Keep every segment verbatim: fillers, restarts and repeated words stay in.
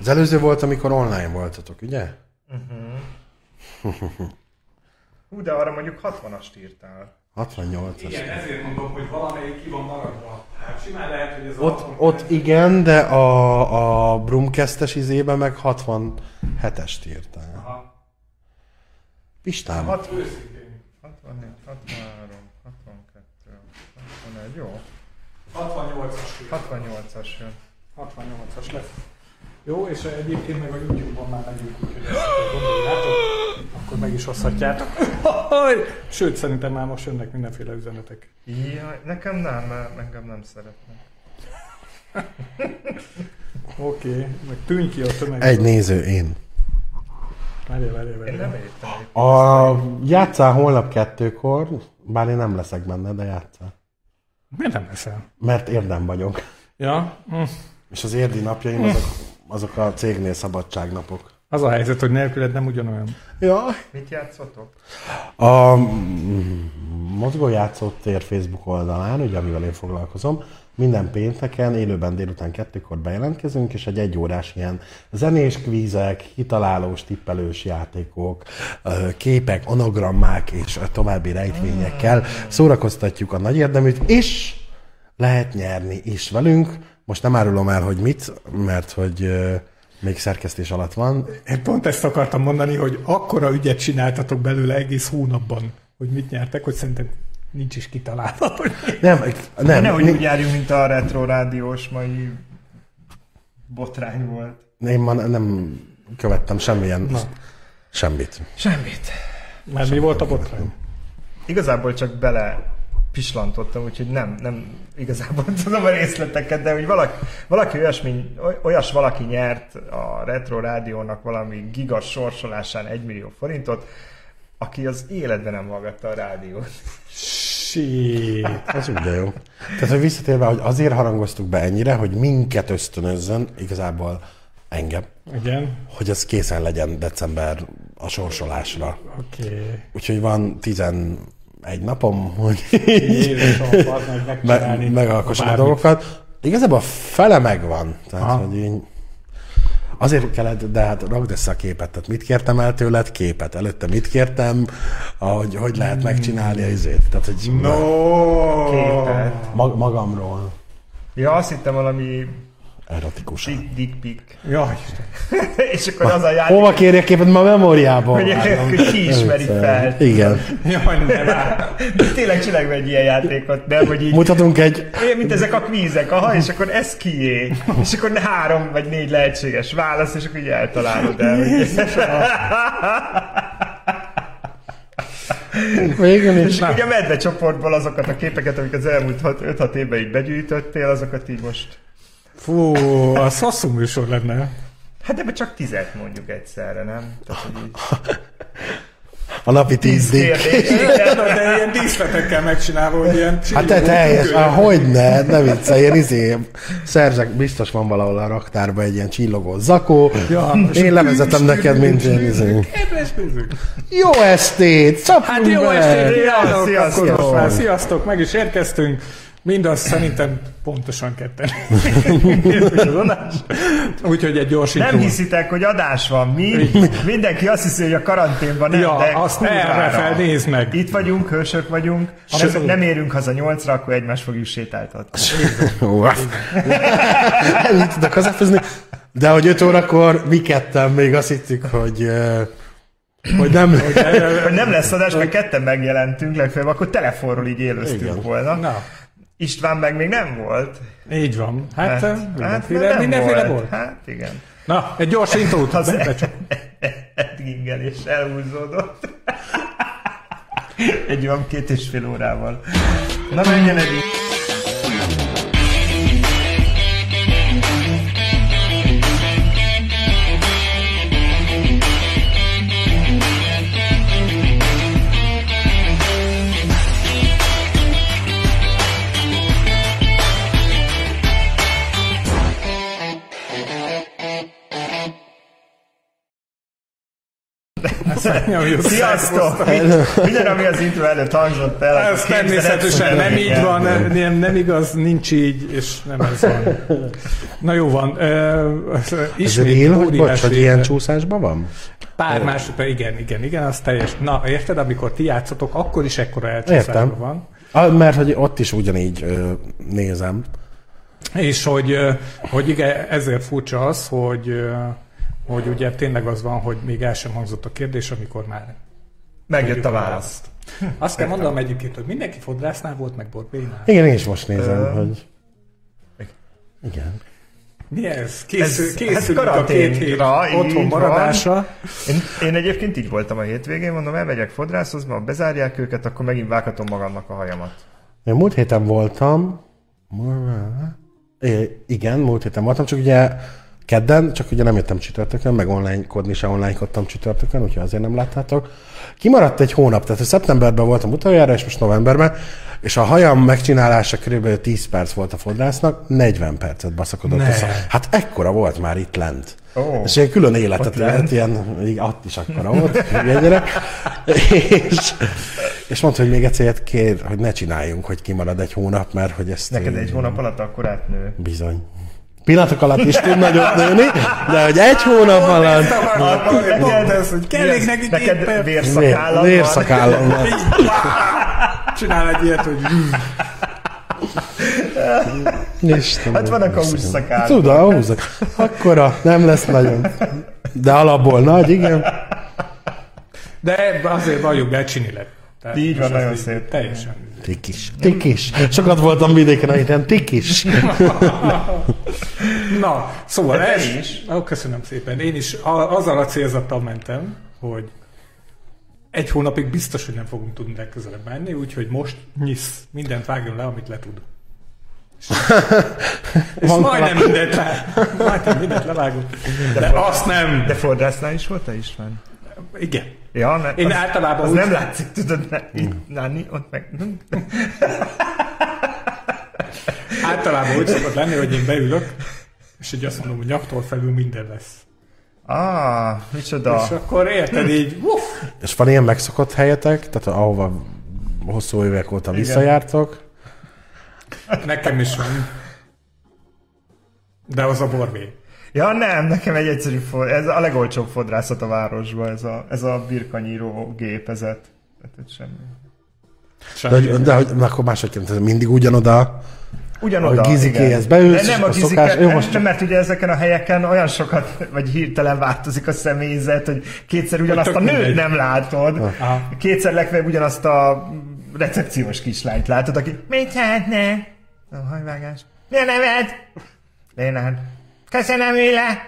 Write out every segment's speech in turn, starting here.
Az előző volt, amikor online voltatok, ugye? Uh-huh. Hú, de arra mondjuk hatvanast írtál. hatvannyolcas. Igen, ezért mondom, hogy valamelyik ki van maradva. Hát simán lehet, hogy ez Ott, a ott igen, de a, a Brumcast-es izében meg hatvanhetest írtál. Aha. Pistán. hat, hatvannégy, hatvanhárom, hatvankettő, hatvanegy, jó. hatvannyolcas. hatvannyolcas jön. hatvannyolcas lesz. Jó, és egyébként meg a YouTube-on már megyünk, úgyhogy ezt gondoljátok, akkor meg is hozhatjátok. Sőt, szerintem már most jönnek mindenféle üzenetek. Jaj, nekem nem, mert engem nem szeretnek. Oké, okay, meg tűnj ki a tömeg. Egy néző, én. Várjál, várjál, várjál. Én nem értem. A játszál holnap kettőkor, bár én nem leszek benne, de játszál. Miért nem leszel? Mert érdem vagyok. Ja? Hm. És az érdi napjaim azok, azok a cégnél szabadságnapok. Az a helyzet, hogy nélküled nem ugyanolyan. Ja. Mit játszotok? A mm, mozgójátszótér Facebook oldalán, ugye amivel én foglalkozom, minden pénteken élőben délután kettőkor bejelentkezünk, és egy egyórás ilyen zenés kvízek, kitalálós, tippelős játékok, képek, anagrammák és további rejtvényekkel szórakoztatjuk a nagy érdeműt, és lehet nyerni is velünk. Most nem árulom el, hogy mit, mert hogy még szerkesztés alatt van. Én pont ezt akartam mondani, hogy akkora ügyet csináltatok belőle egész hónapban, hogy mit nyertek, hogy szerintem nincs is kitalálva. Nem, nem. Nehogy úgy járjunk, mint a retro rádiós mai botrány volt. Én ma nem követtem semmilyen, Na. semmit. Semmit. Mert mi volt a botrány? Igazából csak bele pislantottam, úgyhogy nem, nem igazából tudom a részleteket, de hogy valaki, valaki olyasmi, olyas valaki nyert a Retro Rádiónak valami gigas sorsolásán egymillió forintot, aki az életben nem hallgatta a rádiót. Shit. Az úgy de jó. Tehát, hogy visszatérve, hogy azért harangoztuk be ennyire, hogy minket ösztönözzön, igazából engem, Igen. hogy ez készen legyen december a sorsolásra. Oké. Okay. Úgyhogy van tizenegy napom, hogy me- megalkossam a dolgokat. Igazából a fele megvan. Tehát, Aha. hogy én azért kellett, de hát rakd össze a képet. Tehát mit kértem el tőled? Képet. Előtte mit kértem? Hogy, hogy lehet megcsinálni a izét? Tehát, hogy no. Képet. Mag- magamról. Ja, azt hittem valami Erotikusan. dick, dick pic. Jaj. És akkor az a játék... Hova kérjek képet? Ma a memóriából. Hogy, hogy ki ismeri fel. Igen. Jaj, nem áll. Tényleg csinálj egy ilyen játékot, nem? Hogy így... Mutatunk egy... Olyan, mint ezek a kvízek, aha, és akkor ez kié. És akkor három vagy négy lehetséges válasz, és akkor így eltalálod el. Végül is. És akkor ugye a medve csoportból azokat a képeket, amik az elmúlt öt-hat évben így begyűjtöttél, azokat így most... Fú, a szasszú műsor lenne. Hát ebben csak tizet mondjuk egyszerre, nem? Tehát, hogy így... A napi tíz kérdés. De ilyen díszletekkel megcsinálva, hogy ilyen... Hát te teljes, ah, hogyne, ne viccelj, ilyen izé, Szerzsek, biztos van valahol a raktárban egy ilyen csillogó zakó, ja, én levezetem neked, mint ilyen izé. Jó estét, csapjunk Hát jó be! estét, Ja, sziasztok! akkor most már sziasztok, meg is érkeztünk. Mindaz szerintem pontosan ketten. Úgyhogy egy gyors Nem intro. hiszitek, hogy adás van, mi? Mindenki azt hiszi, hogy a karanténban nem, Ja, de azt kurvára. erre felnézd meg. Itt vagyunk, hősök vagyunk, ha nem, nem érünk haza nyolcra, akkor egymást fogjuk sétáltatni. Ennyit tudok hazafőzni. De hogy öt órakor mi ketten még azt hittük, hogy... Hogy nem, hogy nem lesz adás, mert ketten megjelentünk legfeljebb, akkor telefonról így élőztünk Igen. volna. Na. István meg még nem volt. Így van. Hát, Hát, mindenféle, nem mindenféle volt. volt. Hát igen. Na, egy gyors intrót. Az be- Edgingelés elhúzódott. Egy olyan két és fél órával. Na menjen Edi! Sziasztok! Minden, ami az intro előtt hangzott el. Ez természetesen nem így van, nem, nem igaz, nincs így, és nem ez van. Na jó van. Uh, ez real, hogy bocs, hogy ilyen csúszásban van? Pár másodperc, igen, igen, igen, az teljes. Na, érted, amikor ti játszotok, akkor is ekkora elcsúszásban van. Ah, mert hogy ott is ugyanígy ö, nézem. És hogy, hogy igen, ezért furcsa az, hogy, hogy ugye tényleg az van, hogy még el sem hangzott a kérdés, amikor már megjött a választ. Azt kell mondanom egyébként, hogy mindenki fodrásznál volt, meg Borbénál. Igen, én is most nézem, uh, hogy... Igen. Mi ez? Készül, ez, készülünk ez a két hét otthon maradása. Én, én egyébként így voltam a hétvégén, mondom, elmegyek fodrászhoz, ma bezárják őket, akkor megint vághatom magamnak a hajamat. Én múlt héten voltam, é, igen, múlt héten voltam, csak ugye kedden, csak ugye nem jöttem csütörtökön, meg online-kodni se online-kodtam csütörtökön, úgyhogy azért nem láttátok. Kimaradt egy hónap, tehát szeptemberben voltam utoljára, és most novemberben, és a hajam megcsinálása körülbelül tíz perc volt a fodrásznak, negyven percet baszakodott össze. Hát ekkora volt már itt lent. Oh. És egy külön életet lehet, ilyen, ott is akkora volt, egy gyerek. És, és mondta, hogy még egyszer kér, hogy ne csináljunk, hogy kimarad egy hónap, mert hogy ezt... Neked egy hónap alatt akkor átnő. Bizony. Pillanatok alatt is tud nagyot nőni, de hogy egy hónap alatt... Pont ez, hogy kell még neki neked vérszakállam van. Vérszakállam van. Csinál egy ilyet, hogy... Istenem, hát vannak a hússzakállam. Tudom, a húzzak. Akkora, nem lesz nagyon. De alapból nagy, igen. De azért vagyunk be, csinileg. Így van, nagyon szép. Teljesen. Tikis. Tikis. Sokat voltam vidéken a héten. Tikis. Na, szóval ez... ez is. Ó, köszönöm szépen. Én is azzal a célzattal mentem, hogy egy hónapig biztos, hogy nem fogunk tudni legközelebb menni, úgyhogy most nyisz, mindent vágjon le, amit le tud. És majdnem mindent le, majdnem mindent levágunk. De, de azt nem. De fordrásznál is volt-e, István? Igen. Ja, mert én az, általában az úgy... nem látszik, tudod, ne, itt, náni, ott meg... Általában úgy szokott lenni, hogy én beülök, és így azt mondom, hogy nyaktól felül minden lesz. Ah, micsoda. És akkor érted így, uff. És van ilyen megszokott helyetek, tehát ahova hosszú évek óta visszajártok? Nekem is van. De az a Borbé. Ja nem, nekem egy egyszerű, fod... ez a legolcsóbb fodrászat a városban, ez a, ez a birkanyíró gépezet. Tehát semmi. semmi. De, de hogy akkor másodként, mindig ugyanoda, ugyanoda, a gizikéhez beülsz, de nem a, a gizike, szokás, jó, most nem, mert ugye ezeken a helyeken olyan sokat, vagy hirtelen változik a személyzet, hogy kétszer ugyanazt a nőt mindegy. Nem látod, aha. Kétszer legfeljebb ugyanazt a recepciós kislányt látod, aki mit szeretne? A hajvágás. Mi a neved? Lénárd. Köszönöm, Üle!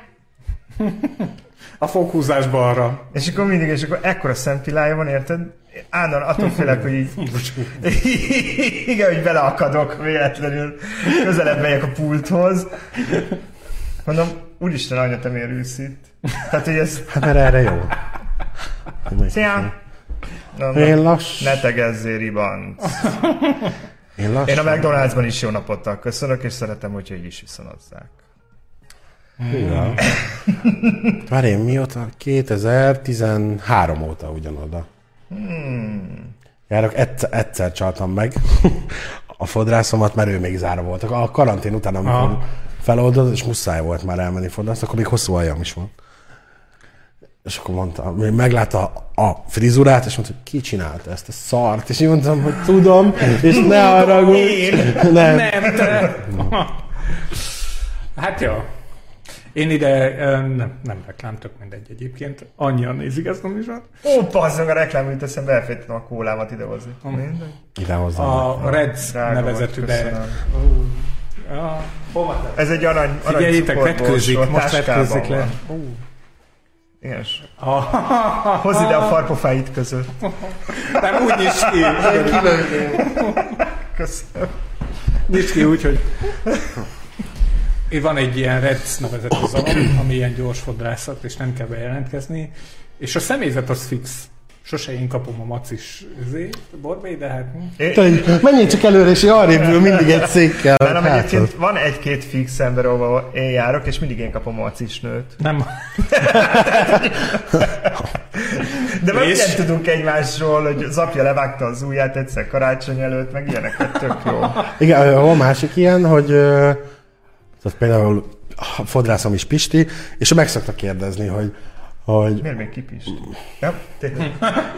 A foghúzás balra. És akkor mindig, és akkor ekkora szempilája van, érted? Állandóan attól félek, hogy így... igen, hogy beleakadok véletlenül. Közelebb megyek a pulthoz. Mondom, úristen, anya, te miért ülsz itt? Tehát, hogy ez... Hát mert erre jó. Szia! Mondom, én lass... Ne tegezzél, ribanc. Én lassan. Én a McDonald'sban is jó napottal köszönök, és szeretem, hogyha így is viszonozzák. Hűha. Várj, mióta? kétezer-tizenhárom óta ugyanoda. Hmm. Járok, egyszer, egyszer csaltam meg a fodrászomat, mert ő még zárva volt. A karantén után, amikor feloldott, és muszáj volt már elmenni fodrászni, akkor még hosszú aljam is van. És akkor mondta, meglátta a frizurát, és mondta, hogy ki csinálta ezt a szart, és én mondtam, hogy tudom, és ne haragudj. Nem. Nem, te. Hát jó. Én ide nem, nem reklám, tök mindegy egyébként. Annyian nézik ezt a műsort. Ó, basszony, a reklám jut eszembe, elfejtettem a kólámat idehozni. Hmm. Idehozzam. A Reds nevezetű, de... Hova te? Ez egy arany, arany figyeljétek, vetkőzik, most vetkőzik le. Igen. Hozz ide a farpofáit között. Nem, úgy nyisd ki. Köszönöm. Nyisd ki úgy, hogy... Van egy ilyen Reds nevezetű zalom, ami ilyen gyors fodrászat, és nem kell bejelentkezni, és a személyzet az fix. Sose én kapom a macis Borbé, de hát... Menjél csak előre, és arrébbről mindig egy székkel. Nálam egyébként van egy-két fix ember, ahol én járok, és mindig én kapom a macis nőt. Nem. De meg És- ilyen tudunk egymásról, hogy az apja levágta az ujját egyszer karácsony előtt, meg ilyeneket tök jó. Igen, a másik ilyen, hogy ö, tehát például a fodrászom is Pisti, és ő meg szokta kérdezni, hogy, hogy, Miért még kipist? Ja, tényleg.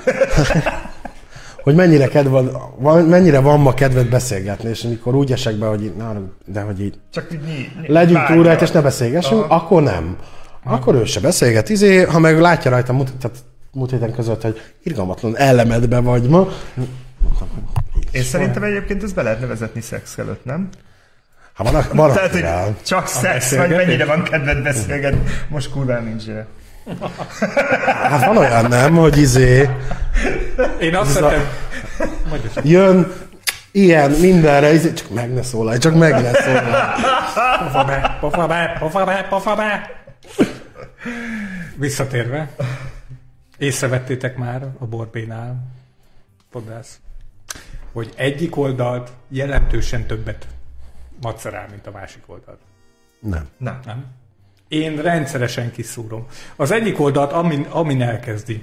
hogy mennyire, kedv van, van, mennyire van ma kedved beszélgetni, és amikor úgy esek be, hogy így, na, de hogy így Csak így ny- ny- legyünk vágja. túl rajta, és ne beszélgessünk, Aha. akkor nem. Akkor ő se beszélget, izé, ha meg látja rajta mut, tehát múlt héten között, hogy irgalmatlan ellemedbe vagy ma. Én szerintem egyébként ezt be lehetne vezetni szex előtt, nem? Ha van, van Tehát, hogy akivel. csak szex, vagy beszélgetés? mennyire van kedved beszélgetni. Most kurván nincs ide. Hát van olyan nem, hogy izé, Én azt szeretem... Mondjuk. jön, ilyen, mindenre, izé, csak meg ne szólalj, csak meg ne szólalj. Pofa be, pofa be, pofa be, pofa be. Visszatérve, észrevettétek már a Borbénál, fodrász, hogy egyik oldalt jelentősen többet macerál, mint a másik oldalt. Nem. Na, Nem? Én rendszeresen kiszúrom. Az egyik oldalt, amin, amin elkezdi.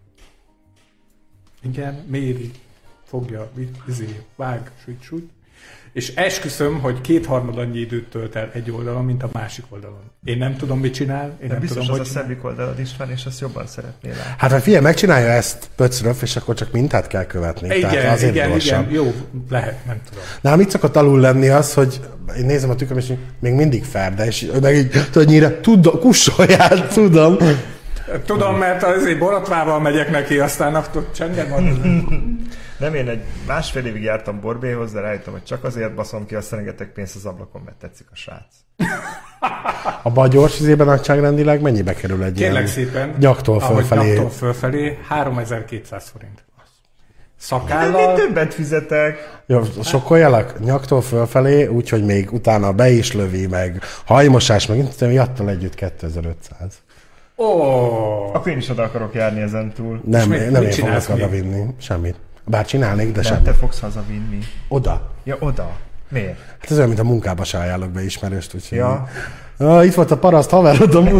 Igen, méri, fogja, izé, vág, süt, süt. És esküszöm, hogy kétharmad annyi időt tölt el egy oldalon, mint a másik oldalon. Én nem tudom, mit csinál. Én de nem biztos tudom, az hogy a szebbik oldalad is van, és azt jobban szeretnél látni. Hát, ha figyelj, megcsinálja ezt pöcröf, és akkor csak mintát kell követni. Igen, Tehát azért igen, gyorsabb. igen, jó, lehet, nem tudom. Nálam mit szokott alul lenni az, hogy én nézem a tükröm, és még mindig ferde, és ő meg így, tudod, nyíra, tudom, kussoljál, tudom. Tudom, mert azért borotvával megyek neki, aztán akkor csendben van. Nem, én egy másfél évig jártam Borbéhoz, de rájöttem, hogy csak azért baszom ki, aztán rengeteg pénzt az ablakon, mert tetszik a srác. Abba a gyors izében nagyságrendileg mennyibe kerül egy Kérlek ilyen szépen. nyaktól ahogy fölfelé? Nyaktól fölfelé, háromezer-kétszáz forint. De még Szakállal, többet fizetek. Jó, sokkoljalak? Nyaktól fölfelé, úgyhogy még utána be is lövi, meg hajmosás, meg mint jattal együtt kétezer-ötszáz. ó, Akkor én is oda akarok járni ezen túl. Nem, mit- nem mit én csinálsz fogok oda még? vinni. Semmit. Bár csinálnék, de Nem, semmit. te fogsz hazavinni. Oda. Ja, oda. Miért? Hát ez olyan, mint a munkába se ajánlok be ismerőst, úgyhogy... Ja. Ah, itt volt a paraszt haverodom.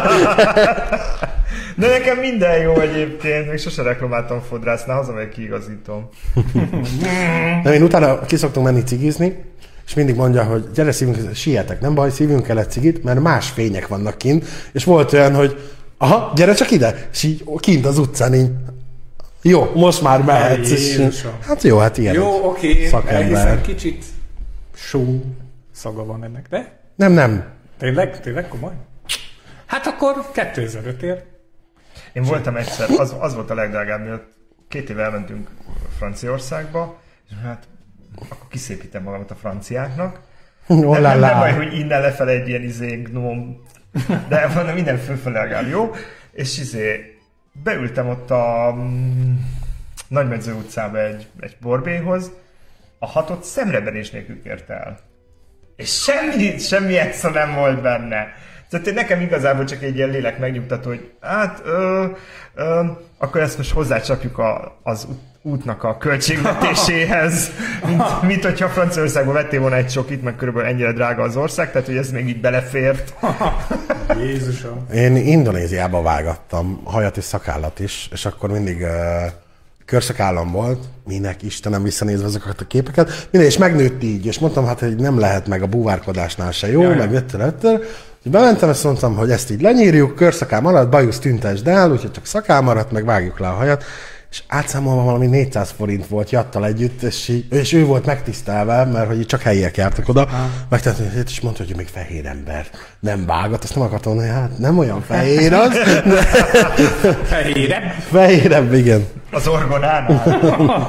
De nekem minden jó egyébként, még sose reklamáltam fodrásznál, hazamegyek kiigazítom. Nem, én utána ki szoktunk menni cigizni, és mindig mondja, hogy gyere szívünk, sietek, nem baj, szívünk el egy cigit, mert más fények vannak kint, és volt olyan, hogy aha, gyere csak ide, és így kint az utcán így, jó, most már mehetsz. És, Jézusom. hát jó, hát ilyen. jó, oké, Szakember. elhiszem, kicsit só szaga van ennek, de Nem, nem. tényleg, tényleg komoly? Hát akkor kétezer-ötért. Én voltam egyszer, az, az volt a legdrágább, miatt két éve elmentünk Franciaországba, és hát akkor kiszépítem magamat a franciáknak. Nem, nem, nem baj, Olá, hogy innen lefele egy ilyen izé gnóm, de van minden fölfele legalább jó. És izé, beültem ott a mm, Nagymedző utcába egy, egy borbéhoz, a hatot szemrebenés nélkül kért el. És semmi, semmi extra nem volt benne. Tehát nekem igazából csak egy ilyen lélek megnyugtató, hogy hát ö, ö, akkor ezt most hozzácsapjuk a, az útnak a költségvetéséhez, mint, mint hogyha Franciaországban vettél volna egy csokit, meg körülbelül ennyire drága az ország, tehát hogy ez még így belefért. Jézusom. Én Indonéziába vágattam hajat és szakállat is, és akkor mindig uh, körszakállam volt, minek Istenem visszanézve azokat a képeket, minden, és megnőtt így, és mondtam, hát, hogy nem lehet meg a búvárkodásnál se jó, Jaj. meg öttör, öttör. Bementem, és mondtam, hogy ezt így lenyírjuk, körszakál maradt, bajusz tüntesd el, úgyhogy csak szakál maradt, meg vágjuk le a hajat, és átszámolva valami négyszáz forint volt jattal együtt, és, így, és ő volt megtisztelve, mert hogy csak helyiek jártak oda, megtettem, és mondta, hogy még fehér ember nem vágat, azt nem akartam mondani, hát nem olyan fehér az, de Fehérebb. fehérebb, igen. Az orgonánál.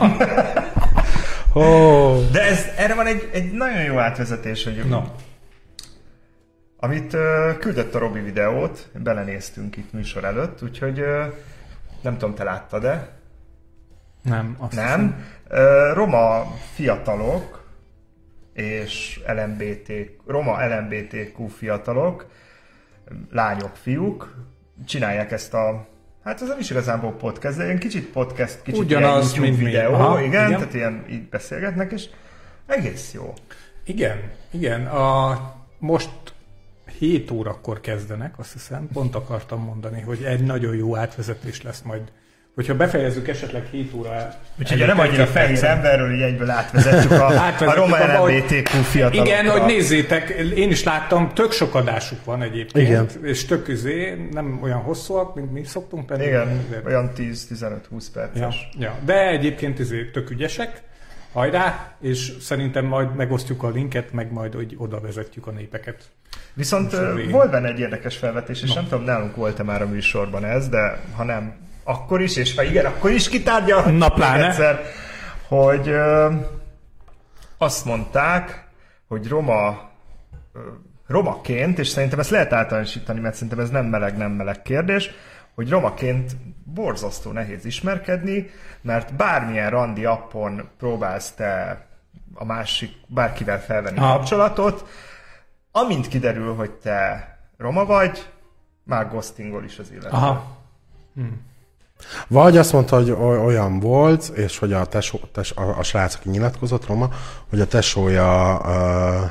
Oh. De ez, erre van egy, egy nagyon jó átvezetés, hogy No. amit uh, küldött a Robi videót, belenéztünk itt műsor előtt, úgyhogy uh, nem tudom, te láttad-e? Nem, azt Nem. hiszem. Uh, roma fiatalok és el em bé té, roma el em bé té kú fiatalok, lányok, fiúk, csinálják ezt a, hát ez nem is igazából podcast, de ilyen kicsit podcast, kicsit Ugyanaz, ilyen YouTube mint mi. videó, Aha, igen, igen. tehát ilyen így beszélgetnek, és egész jó. Igen, igen. A, most hét órakor kezdenek, azt hiszem, pont akartam mondani, hogy egy nagyon jó átvezetés lesz majd. Hogyha befejezzük esetleg hét óra... Úgyhogy nem annyira fehér emberről, így egyből átvezettük a, a roma el em bé té kú fiatalokra. Igen, hogy nézzétek, én is láttam, tök sok adásuk van egyébként, igen. És tök üzé, nem olyan hosszúak, mint mi szoktunk pedig. Igen, de... olyan tíz-tizenöt-húsz perces. Ja, ja. De egyébként üzé, tök ügyesek, hajrá, és szerintem majd megosztjuk a linket, meg majd hogy oda vezetjük a népeket. Viszont volt benne egy érdekes felvetés, és no. nem tudom, nálunk volt-e már a műsorban ez, de ha nem, akkor is, és ha igen, akkor is kitárgyalhatjuk egyszer, hogy ö, azt mondták, hogy roma, ö, romaként, és szerintem ezt lehet általánosítani, mert szerintem ez nem meleg, nem meleg kérdés, hogy romaként borzasztó nehéz ismerkedni, mert bármilyen randi appon próbálsz te a másik, bárkivel felvenni ha. kapcsolatot, amint kiderül, hogy te roma vagy, már ghostingol is az illető. Aha. Hm. Vagy azt mondta, hogy olyan volt, és hogy a, tesó, tes, a, a srác, aki nyilatkozott, roma, hogy a tesója uh,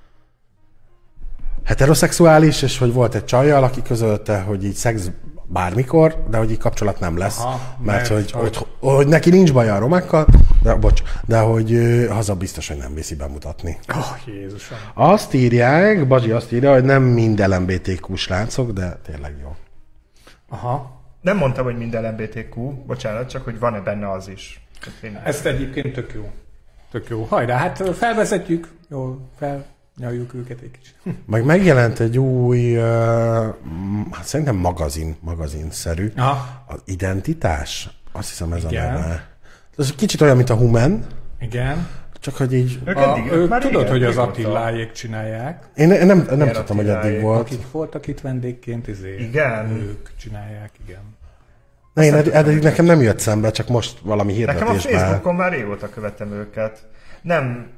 heteroszexuális, és hogy volt egy csajjal, aki közölte, hogy így szex bármikor, de hogy így kapcsolat nem lesz. Aha, mert, mert hogy, hogy, hogy, hogy neki nincs baja a romákkal, de, bocs, de hogy uh, haza biztos, hogy nem viszi bemutatni. Oh, Jézusom. Azt írják, Bazsi azt írja, hogy nem mind el em bé té kú srácok, de tényleg jó. Aha. Nem mondtam, hogy mind el em bé té kú, bocsánat, csak hogy van-e benne az is. Ezt egyébként tök jó. Tök jó. Hajrá, hát felvezetjük, jól felnyaljuk őket egy kicsit. Meg megjelent egy új, uh, hát szerintem magazin, magazinszerű. Aha. Az Identitás. Azt hiszem ez igen. a neve. Ez kicsit olyan, mint a Human. Igen. Csak hogy így... Ők a, eddig, ők tudod, igen, hogy az Attiláék csinálják. Én nem, nem, nem tudtam, hogy eddig volt. Akik voltak itt vendégként, ezért igen. ők csinálják, igen. Ne, én eddig, eddig nekem nem jött szembe, csak most valami hirdetésben. Nekem a Facebookon már régóta követem őket. Nem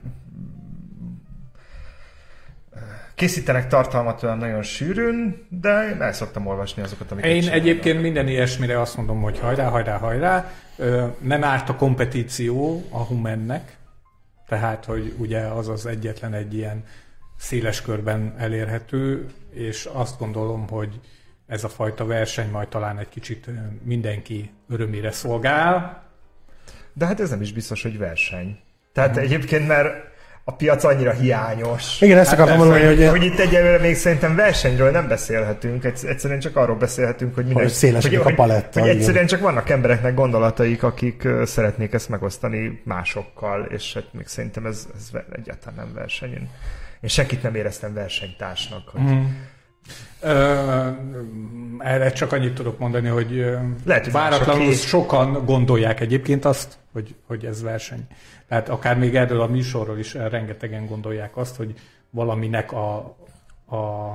készítenek tartalmat olyan nagyon sűrűn, de én el szoktam olvasni azokat, amiket Én csinálnak. Egyébként minden ilyesmire azt mondom, hogy hajrá, hajrá, hajrá. Nem árt a kompetíció a Humannek, tehát, hogy ugye az az egyetlen egy ilyen széles körben elérhető, és azt gondolom, hogy ez a fajta verseny majd talán egy kicsit mindenki örömére szolgál. De hát ez nem is biztos, hogy verseny. Tehát hmm. egyébként, mert a piac annyira hiányos. Igen, ezt hát akartam mondani, hogy... Hogy itt egyelőre még szerintem versenyről nem beszélhetünk, egyszerűen csak arról beszélhetünk, hogy minden... Hogy szélesedik a paletta. Hogy egyszerűen csak vannak embereknek gondolataik, akik szeretnék ezt megosztani másokkal, és hát még szerintem ez, ez egyáltalán nem verseny. Én, én senkit nem éreztem versenytársnak, hogy... Hmm. Ö, erre csak annyit tudok mondani, hogy lehet, váratlanul sokan gondolják egyébként azt, hogy, hogy ez verseny. Tehát akár még erről a műsorról is rengetegen gondolják azt, hogy valaminek a, a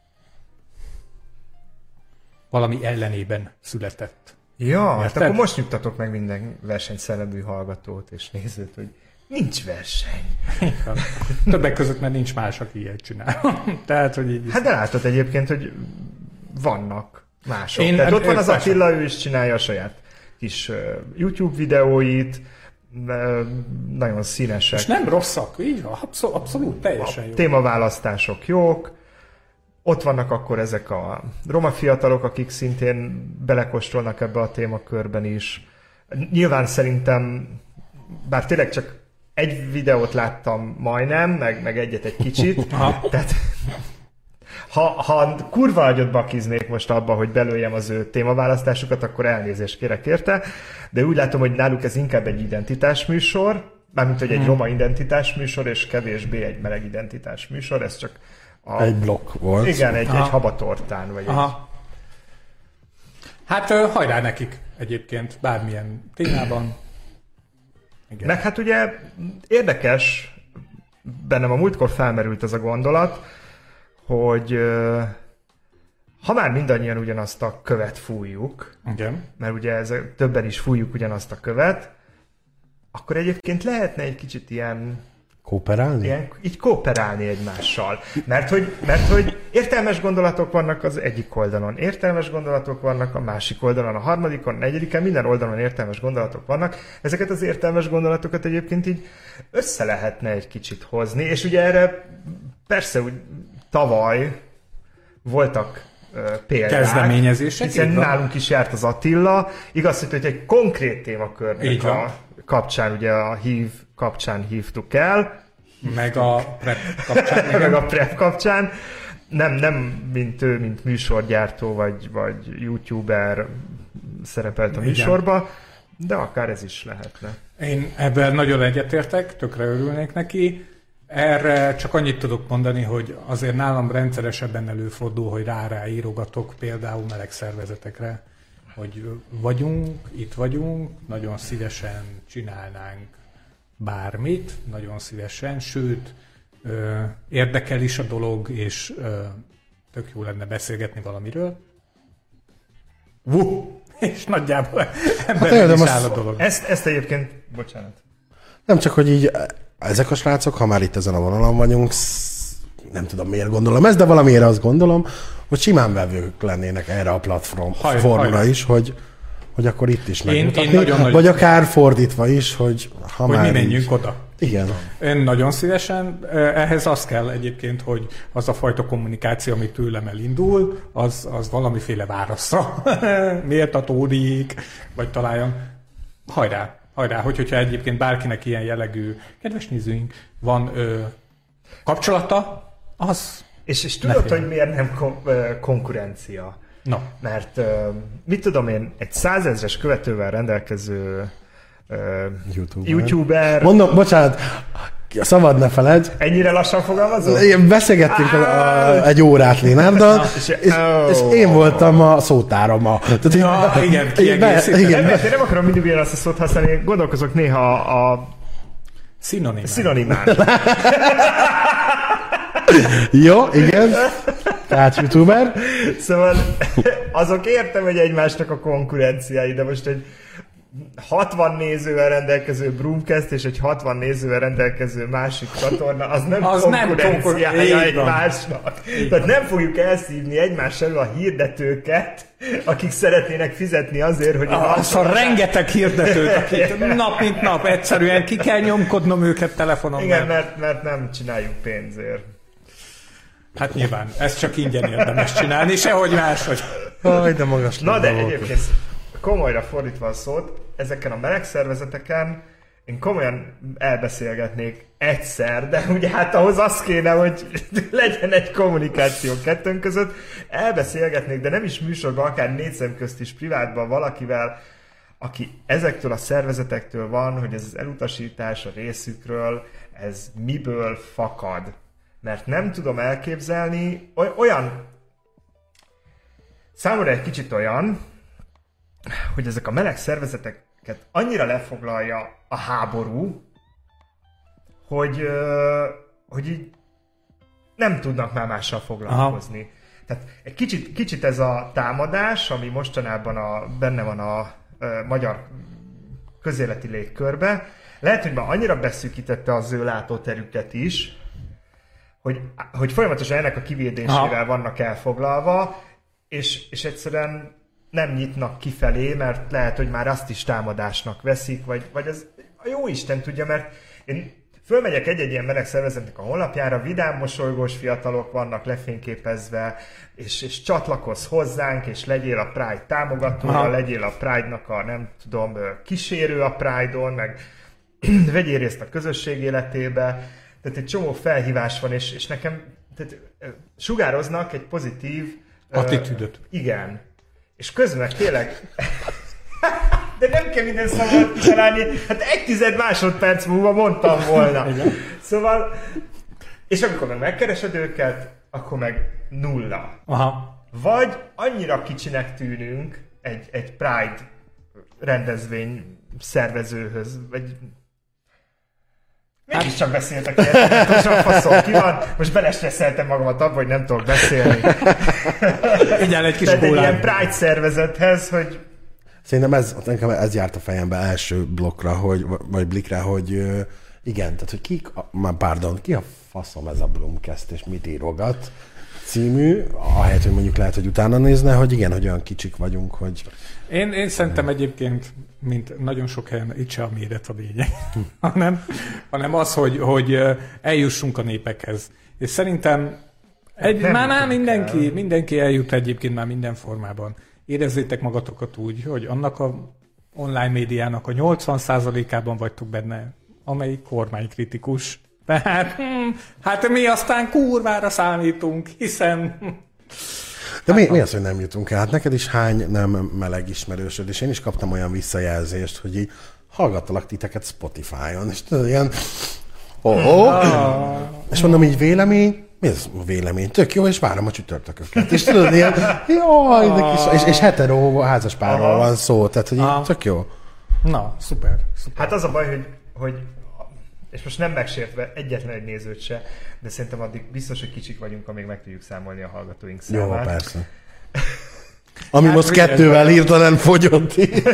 valami ellenében született. Ja, hát akkor most nyugtatok meg minden versenyszellemű hallgatót és nézőt, hogy nincs verseny. Többek között, mert nincs más, aki ilyet csinál. Tehát, hogy így... Hát de látod egyébként, hogy vannak mások. Én, Tehát ott van az Attila, ő is csinálja a saját kis YouTube videóit, nagyon színesek. És nem rosszak, így van, abszolút, abszolút teljesen jó. A témaválasztások jók. Ott vannak akkor ezek a roma fiatalok, akik szintén belekóstolnak ebbe a témakörben is. Nyilván szerintem, bár tényleg csak egy videót láttam majdnem, meg, meg egyet egy kicsit, tehát ha, ha kurva agyot bakiznék most abba, hogy belőjem az ő témaválasztásukat, akkor elnézést kérek érte, de úgy látom, hogy náluk ez inkább egy identitásműsor, mármint, hogy egy hmm. roma identitásműsor, és kevésbé egy meleg identitásműsor, ez csak a... Egy blokk volt. Igen, egy, egy habatortán, vagy Aha. egy... Hát hajrá nekik egyébként, bármilyen témában. Igen. Meg hát ugye érdekes, bennem a múltkor felmerült ez a gondolat, hogy ha már mindannyian ugyanazt a követ fújjuk, igen. mert ugye ez, többen is fújjuk ugyanazt a követ, akkor egyébként lehetne egy kicsit ilyen... Kooperálni? Ilyen, így kooperálni egymással. Mert hogy, mert hogy értelmes gondolatok vannak az egyik oldalon, értelmes gondolatok vannak a másik oldalon, a harmadikon, a negyediken, minden oldalon értelmes gondolatok vannak. Ezeket az értelmes gondolatokat egyébként így össze lehetne egy kicsit hozni, és ugye erre persze úgy tavaly voltak uh, példák. Kezdeményezések. Hiszen nálunk is járt az Attila. Igaz, hogy egy konkrét témakörnek a kapcsán, ugye a hív kapcsán hívtuk el. Meg a prep kapcsán. meg a prep kapcsán. Nem, nem mint ő, mint műsorgyártó vagy, vagy youtuber szerepelt a műsorba, de akár ez is lehetne. Én ebben nagyon egyetértek, tökre örülnék neki. Erre csak annyit tudok mondani, hogy azért nálam rendszeresebben előfordul, hogy rá-rá írogatok például meleg szervezetekre, hogy vagyunk, itt vagyunk, nagyon szívesen csinálnánk bármit, nagyon szívesen, sőt, ö, érdekel is a dolog, és ö, tök jó lenne beszélgetni valamiről. Vuh! És nagyjából ebben is áll a dolog. Ezt, ezt egyébként, bocsánat. Nem csak, hogy így ezek a srácok, ha már itt ezen a vonalon vagyunk, nem tudom miért gondolom ezt, de valamiért azt gondolom, hogy simán vevők lennének erre a platformra is, hogy, hogy akkor itt is megmutatni. Én, én vagy akár fordítva is, hogy ha hogy már mi menjünk így, oda. Igen. Én nagyon szívesen. Ehhez az kell egyébként, hogy az a fajta kommunikáció, ami tőlem elindul, az, az valamiféle válaszra méltatódik, vagy találjon. Hajrá, hajrá, hogy, hogyha egyébként bárkinek ilyen jellegű, kedves nézőink, van ö, kapcsolata, az... És, és tudod, hogy miért nem kon- konkurencia? No. Mert mit tudom én, egy százezres követővel rendelkező uh, YouTuber. YouTuber... Mondom, bocsánat, szabad ne feled. Ennyire lassan fogalmazol? Beszélgettünk a, a, egy órát Lénárdal, és, és, oh. és én voltam a szótárom. A, tehát, ja, igen, kiegészítő. Igen. Nem, én nem akarom mindig ugyanazt a szót használni, én gondolkozok néha a... Szinonimán. Szinonimán. Jó, igen. Tehát YouTuber. Szóval azok értem, hogy egymásnak a konkurenciái, de most egy hatvan nézővel rendelkező Broomcast és egy hatvan nézővel rendelkező másik csatorna, az nem az konkurenciája nem egymásnak. Tehát nem fogjuk elszívni egymás elől a hirdetőket, akik szeretnének fizetni azért, hogy... Az a rengeteg hirdetőt, akik nap mint nap egyszerűen ki kell nyomkodnom őket telefonon. Igen, mert, mert nem csináljuk pénzért. Hát nyilván, ezt csak ingyen érdemes csinálni, sehogy máshogy. Aj, de magas. Na de egyébként komolyra fordítva a szót, ezeken a meleg szervezeteken én komolyan elbeszélgetnék egyszer, de ugye hát ahhoz az kéne, hogy legyen egy kommunikáció kettőnk között. Elbeszélgetnék, de nem is műsorban, akár négy szem közt is privátban valakivel, aki ezektől a szervezetektől van, hogy ez az elutasítás a részükről, ez miből fakad. Mert nem tudom elképzelni, olyan, számomra egy kicsit olyan, hogy ezek a meleg szervezeteket annyira lefoglalja a háború, hogy, hogy így nem tudnak már mással foglalkozni. Aha. Tehát egy kicsit, kicsit ez a támadás, ami mostanában a, benne van a, a magyar közéleti légkörbe, lehet, hogy már annyira beszűkítette az ő látóterüket is, hogy, hogy folyamatosan ennek a kivédésével Aha. vannak elfoglalva, és, és egyszerűen nem nyitnak kifelé, mert lehet, hogy már azt is támadásnak veszik, vagy, vagy az a jó Isten tudja, mert én fölmegyek egy-egy ilyen meleg szervezetnek a honlapjára, vidám, mosolygós fiatalok vannak lefényképezve, és, és csatlakozz hozzánk, és legyél a Pride támogatója, Aha. legyél a Pride-nak a, nem tudom, kísérő a Pride-on, meg vegyél részt a közösség életébe. Tehát egy csomó felhívás van, és, és nekem tehát, sugároznak egy pozitív... attitűdöt. Uh, igen. És közben meg tényleg... De nem kell minden szabad kitalálni, hát egy tized másodperc múlva mondtam volna. Szóval... És amikor meg megkeresed őket, akkor meg nulla. Aha. Vagy annyira kicsinek tűnünk egy, egy Pride rendezvény szervezőhöz, vagy... Mégis csak beszéltek ilyet, most a faszom ki van, most belestresszeltem magamat abba, hogy nem tudok beszélni. Igyál egy kis Tehát egy ilyen Pride szervezethez, hogy... Szerintem ez, nekem ez járt a fejembe első blokkra, hogy, vagy blikre, hogy igen, tehát hogy ki, már pardon, ki a faszom ez a Broomcast, és mit írogat című, ahelyett, hogy mondjuk lehet, hogy utána nézne, hogy igen, hogy olyan kicsik vagyunk, hogy... Én, én szerintem egyébként, mint nagyon sok helyen, itt se a méret a lényeg, hanem, hanem az, hogy, hogy eljussunk a népekhez. És szerintem Egy, Nem már, már jutunk mindenki, el. mindenki eljut egyébként már minden formában. Érezzétek magatokat úgy, hogy annak a online médiának a nyolcvan százalékában vagytok benne, amelyik kormánykritikus. Tehát, hm, hát mi aztán kurvára számítunk, hiszen... De mi, mi az, hogy nem jutunk el? Hát neked is hány nem meleg ismerősöd, és én is kaptam olyan visszajelzést, hogy így hallgattalak titeket Spotify-on, és tudod, ilyen... Oh, oh. És mondom így vélemény, mi ez a vélemény? Tök jó, és várom a csütörtököket. És tudod, ilyen, jaj, de kis... És, és hetero házaspárról Aha. van szó, tehát hogy így tök jó. Na, szuper, szuper. Hát az a baj, hogy, hogy és most nem megsértve egyetlen egy nézőt se, de szerintem addig biztos, hogy kicsik vagyunk, amíg meg tudjuk számolni a hallgatóink Jó, számát. persze. Ami Hát most ugye- kettővel hirtelen fogyott.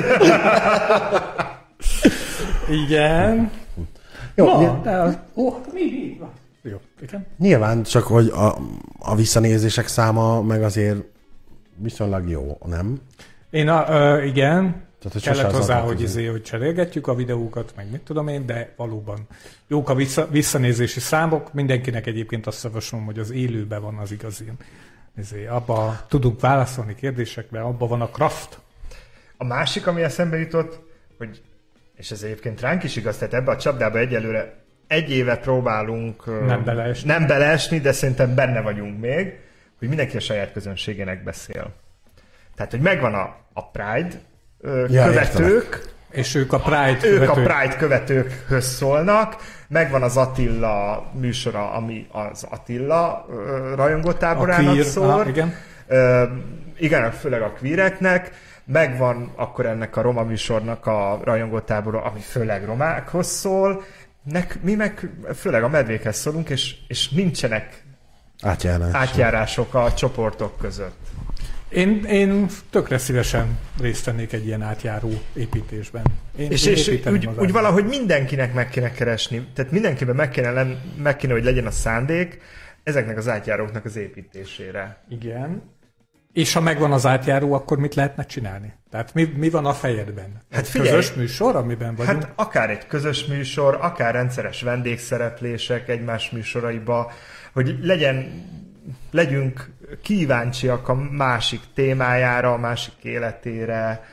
Igen. Jó, Na, ny- de az... Ó, mi, mi? Jó, igen. nyilván csak, hogy a, a visszanézések száma meg azért viszonylag jó, nem? Én a, ö, igen, Tehát, hogy sose kellett az hozzá, adat, hogy, hogy- izé, hogy cserélgetjük a videókat, meg mit tudom én, de valóban jók a vissza, visszanézési számok. Mindenkinek egyébként azt javaslom, hogy az élőben van az igazi. Izé, abba tudunk válaszolni kérdésekbe, abba van a craft. A másik, ami eszembe jutott, hogy, és ez egyébként ránk is igaz, tehát ebbe a csapdába egyelőre egy éve próbálunk ö, Nem beleesni. nem beleesni, de szerintem benne vagyunk még, hogy mindenki a saját közönségének beszél. Tehát, hogy megvan a, a Pride ö, Ja, követők, És ők a Pride ők a követők. Pride követőkhöz szólnak, megvan az Attila műsora, ami az Attila ö, rajongótáborának A queer, szól. ah, igen. Ö, igen, főleg a queereknek, megvan akkor ennek a roma műsornak a rajongótábora, ami főleg romákhoz szól, Nek, mi meg főleg a medvékhez szólunk, és, és nincsenek Átjárás. átjárások a csoportok között. Én, én tökre szívesen részt vennék egy ilyen átjáró építésben. Én, És, én és építeném úgy, az úgy átjárót. valahogy mindenkinek meg kéne keresni, tehát mindenkiben meg kéne, len, meg kéne, hogy legyen a szándék ezeknek az átjáróknak az építésére. Igen. És ha megvan az átjáró, akkor mit lehetne csinálni? Tehát mi, mi van a fejedben? Hát Egy figyelj! közös műsor, amiben vagyunk? Hát akár egy közös műsor, akár rendszeres vendégszereplések egymás műsoraiba, hogy legyen, legyünk kíváncsiak a másik témájára, a másik életére.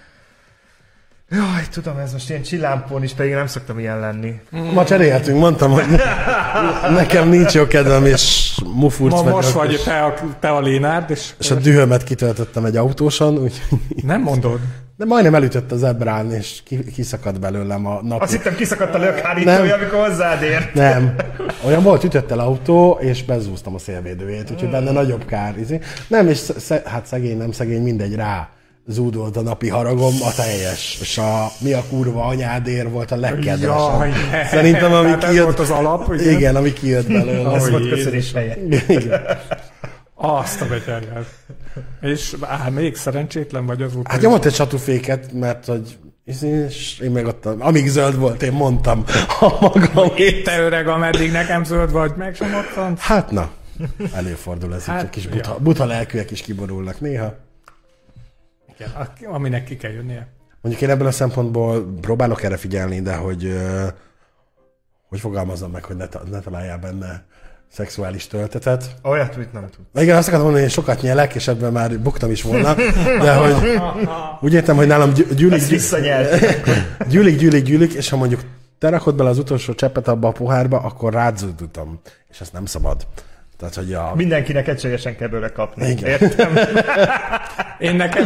Jaj, tudom, ez most ilyen csillámpón is, pedig nem szoktam ilyen lenni. Ma cserélhetünk, mondtam, hogy nekem nincs jó kedvem, és mufurc Ma vagyok. most vagy és, te a, te a Lénárd, és, és a dühömet kitöltöttem egy autóson, úgy, nem mondod. de majdnem elütött az ebrán, és ki, kiszakadt belőlem a napi. Azt hittem kiszakadt a lökhárítója, Nem. amikor hozzád ért. Nem. Olyan volt, ütött el autó, és bezúztam a szélvédőjét, úgyhogy benne nagyobb kár. Izé. Nem, és sze, hát szegény, nem szegény, mindegy, rá zúdolt a napi haragom, a teljes. És a mi a kurva anyádér volt a legkedvesebb. Jaj, Szerintem, ami tehát ez kijött... volt az alap, ugye? Igen, ami kijött belőle. Ez Ahogy volt Jézus. köszönés helye. Igen. Azt a betyárját. És á, még szerencsétlen vagy azóta. Hát nyomott egy satúféket, mert hogy és én meg ott, amíg zöld volt, én mondtam a magam. Itt te öreg, ameddig nekem zöld vagy, meg sem otthont. Hát na, előfordul ez, Hát, hát, egy kis buta, ja. buta lelkűek is kiborulnak néha. Igen, aminek ki kell jönnie. Mondjuk én ebből a szempontból próbálok erre figyelni, de hogy ö, hogy fogalmazom meg, hogy ne, ta- ne találjál benne szexuális töltetet. Olyat úgy nem tud. Na igen, azt akartam mondani, hogy sokat nyelek, és ebben már buktam is volna, de hogy úgy értem, hogy nálam gyű- gyűlik, Ezt visszanyelt. gyűlik, gyűlik, gyűlik, és ha mondjuk te rakod bele az utolsó cseppet abba a pohárba, akkor rádzúdítom, és ezt nem szabad. Tehát, hogy a... Mindenkinek egységesen kell belőle kapni. Igen. Értem? Én nekem...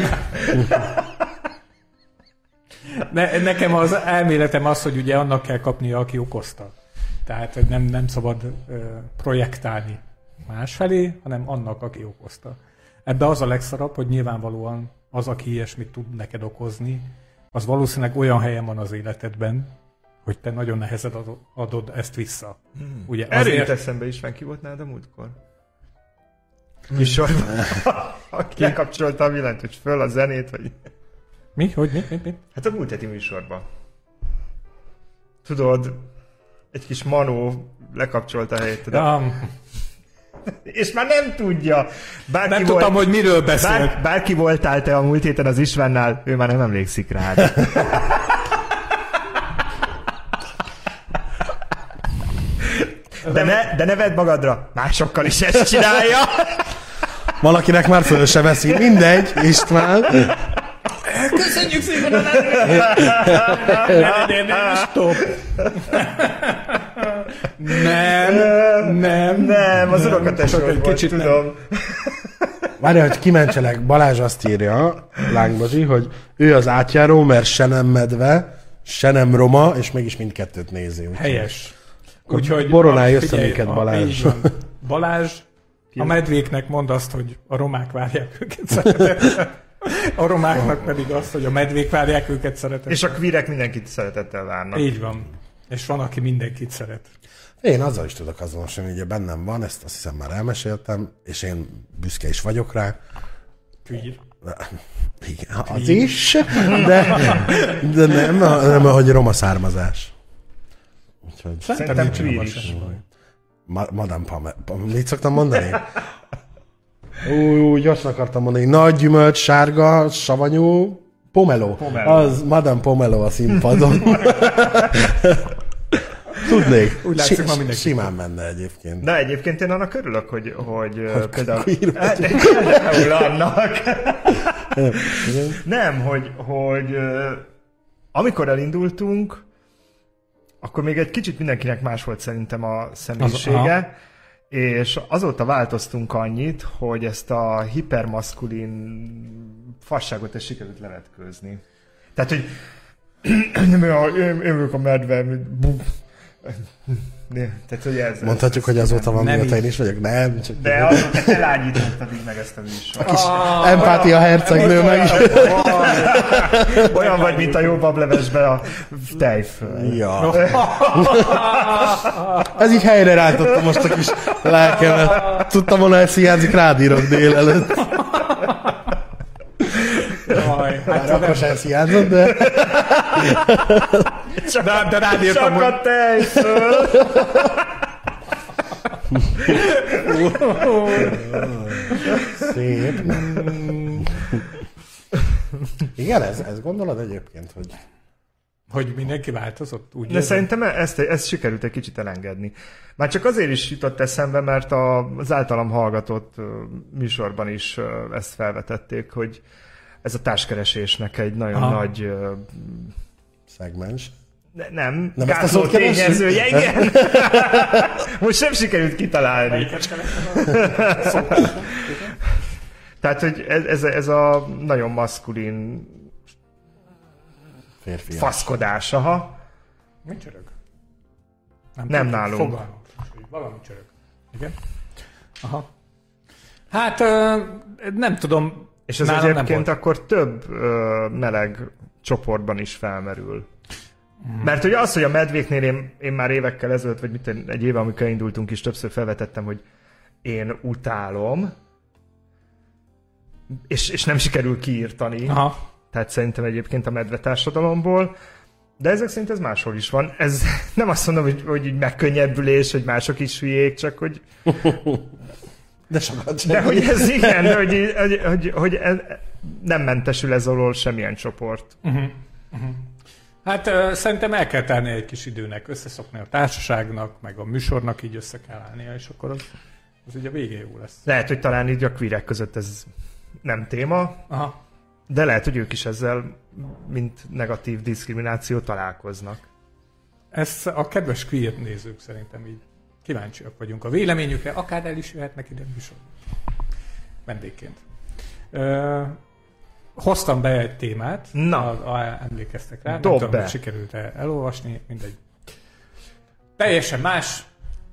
Ne, nekem az elméletem az, hogy ugye annak kell kapnia, aki okozta. Tehát, hogy nem, nem szabad ö, projektálni másfelé, hanem annak, aki okozta. Ebbe az a legszarabb, hogy nyilvánvalóan az, aki ilyesmit tud neked okozni, az valószínűleg olyan helyen van az életedben, hogy te nagyon nehezen adod, adod ezt vissza. Hmm. Ugye Erről jut azért... eszembe is, ki volt nálad a múltkor? Műsorban. Aki lekapcsolta a villanyt, hogy föl a zenét, vagy... Mi? Hogy? Mi? Mi? Mi? Hát a múlt heti műsorban. Tudod, egy kis manó lekapcsolta helyetted. Ja, És már nem tudja. Bárki nem volt, tudtam, hogy miről beszélt. bár, bárki voltál te a múlt héten az Istvánnál, ő már nem emlékszik rád. De ne, de ne vedd magadra, másokkal is ezt csinálja. Valakinek már föl se veszi. Mindegy, István. Köszönjük szépen a nem, stop. Nem, nem, nem, az unokatesód volt, kicsit tudom. Várj, hogy kimentselek, Balázs azt írja, Lángbazi, hogy ő az átjáró, mert se nem medve, se nem roma, és mégis mindkettőt nézi. Úgy. Helyes. Úgyhogy boronálj össze minket, Balázs. Balázs, a medvéknek mondd azt, hogy a romák várják őket szeretettel. A romáknak pedig azt, hogy a medvék várják őket szeretettel. És a queerek mindenkit szeretettel várnak. Így van. És van, aki mindenkit szeret. Én azzal is tudok azonosulni, hogy bennem van, ezt azt hiszem már elmeséltem, és én büszke is vagyok rá. Queer. Igen, az is, de, de nem, nem, hogy roma származás. Úgyhogy... Szerintem queer is. Ma, Madame Pamela. Mit szoktam mondani? Új, új, gyorsan akartam mondani. Nagy gyümölcs, sárga, savanyú, pomelo. Pomelo. Az Madame Pomelo a színpadon. Tudnék. Úgy látszik, ma mindenki. Simán menne egyébként. De egyébként én annak örülök, hogy, hogy, hogy például... Például annak. Nem, hogy, hogy amikor elindultunk, akkor még egy kicsit mindenkinek más volt szerintem a személyisége, az, és azóta változtunk annyit, hogy ezt a hipermaszkulin fasságot ezt sikerült levetkőzni. Tehát, hogy nem, én, én vagyok a medve, tehát, hogy ez, mondhatjuk, ez, hogy azóta van miatt én is vagyok? Nem. Csak de azóta elágyítottad így meg ezt a műsor. A kis ah, empátia hercegnő meg is. Olyan vagy, mint a jó bablevesben a tejföl. Ja. Ez így helyre rántotta most a kis lelkemet. Tudtam volna, hogy hiányzik, rád írok délelőtt. Jaj, hát akkor sem hiányzott, de... Csak, de, de rád írtam, csak a tejföl. Szép. Igen, ez, ez gondolod egyébként, hogy... Hogy mindenki változott? Úgy de szerintem ezt, ezt sikerült egy kicsit elengedni. Már csak azért is jutott eszembe, mert az általam hallgatott műsorban is ezt felvetették, hogy ez a társkeresésnek egy nagyon Aha. nagy... szegmens. Ne, nem, nem gázoló tényezője, igen. Most sem sikerült kitalálni. Tehát, hogy ez, ez, ez a nagyon maszkulin férfias faszkodás, aha. Mi csörög? Nem, nem nálunk. Fogalmam, valami csörög. Igen? Aha. Hát, nem tudom. És ez egyébként akkor több ö, meleg csoportban is felmerül. Hmm. Mert ugye az, hogy a medvéknél én, én már évekkel ezelőtt, vagy mit, egy éve, amikor indultunk is, többször felvetettem, hogy én utálom, és, és nem sikerül kiírtani. Aha. Tehát szerintem egyébként a medve társadalomból. De ezek szerint ez máshol is van. Ez nem azt mondom, hogy, hogy így megkönnyebbülés, hogy mások is hülyék, csak hogy... De sokat De hogy ez igen, hogy, hogy, hogy, hogy ez nem mentesül ez alól semmilyen csoport. Uh-huh. Uh-huh. Hát uh, szerintem el kell tenni egy kis időnek, összeszokni a társaságnak, meg a műsornak így össze kell állnia, és akkor az, az ugye a végén jó lesz. Lehet, hogy talán így a queerek között ez nem téma, Aha. de lehet, hogy ők is ezzel, mint negatív diszkrimináció találkoznak. Ez a kedves queer nézők szerintem így kíváncsiak vagyunk a véleményükre, akár el is jöhetnek ide műsorban. Vendégként. Ö, hoztam be egy témát, Na. A, a, emlékeztek rá, Dob nem tudom, be. hogy sikerült elolvasni, mindegy. Teljesen más.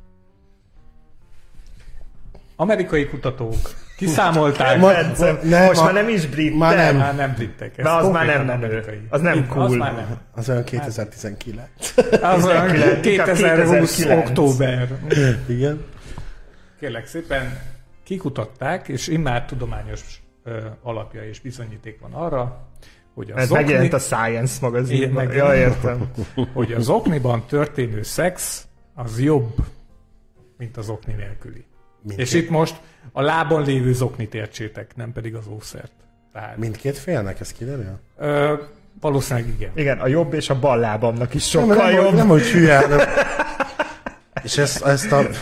Amerikai kutatók kiszámolták. Ma, nem, most a, már nem is brit, már nem. Már nem britek. Ez Na, az már nem amerikai. menő. Az nem Itt, cool. Az már nem. Az olyan kétezer-tizenkilenc. Az olyan kétezer-húsz október. Igen. Kérlek szépen, kikutatták, és immár tudományos ö, alapja és bizonyíték van arra, hogy az Ez okni... megjelent a Science magazinban. Ja, értem. hogy az okniban történő szex az jobb, mint az okni nélküli. Mindkét. És itt most a lábon lévő zoknit értsétek, nem pedig az ószert. Tehát, mindkét félnek, ez kiderül? Ö, valószínűleg igen. Igen, a jobb és a bal lábamnak is sokkal nem, jobb. Nem, nem hogy hülye, nem. És ezt, ezt a...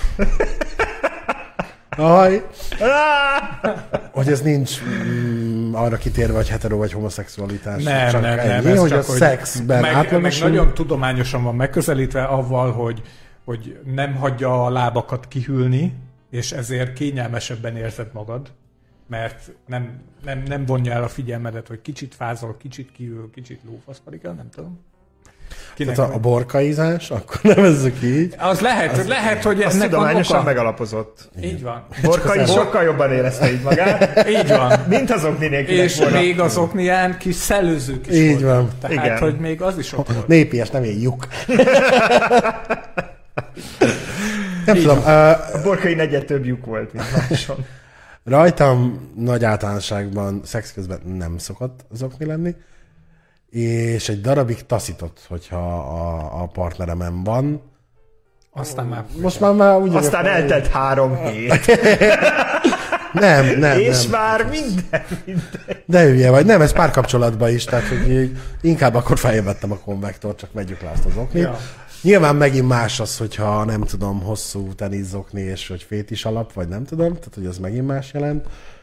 Aj, hogy ez nincs mm, arra kitérve, hogy hetero vagy homoszexualitás. Nem, csak nem, ennyi, nem. hogy csak, a szexben meg, átlagosan... meg nagyon tudományosan van megközelítve avval, hogy, hogy nem hagyja a lábakat kihűlni, és ezért kényelmesebben érzed magad, mert nem, nem, nem vonja el a figyelmedet, hogy kicsit fázol, kicsit kihűl, kicsit lófaszkodik el, nem tudom. Kinek Tehát a, a borkaizás, akkor nevezzük így. Az lehet, az, lehet, hogy ez ennek tudományosan van oka. megalapozott. Így van. Borkai sokkal jobban érezte így magát. Így van. Mint az okninék. És volna. Még az oknián kis szellőzők is így voltak. van. Tehát, igen. Hogy még az is ott volt. Népies, nem ilyen lyuk. Nem így tudom. Uh, a borkai negyed több lyuk volt, mint máson. Rajtam nagy általánosságban szex közben nem szokott zokni lenni, és egy darabig taszított, hogyha a, a partneremen van. Aztán már... Most már, már úgy... Aztán eltelt három hét. nem, nem, És nem. már minden, minden. De hülye vagy. Nem, ez párkapcsolatban is, tehát hogy inkább akkor feljebb a konvektort, csak vegyük le azt az oknit. Ja. Nyilván megint más az, hogyha nem tudom, hosszú teniszokni, és hogy fétis alap, vagy nem tudom, tehát hogy az megint más jelent.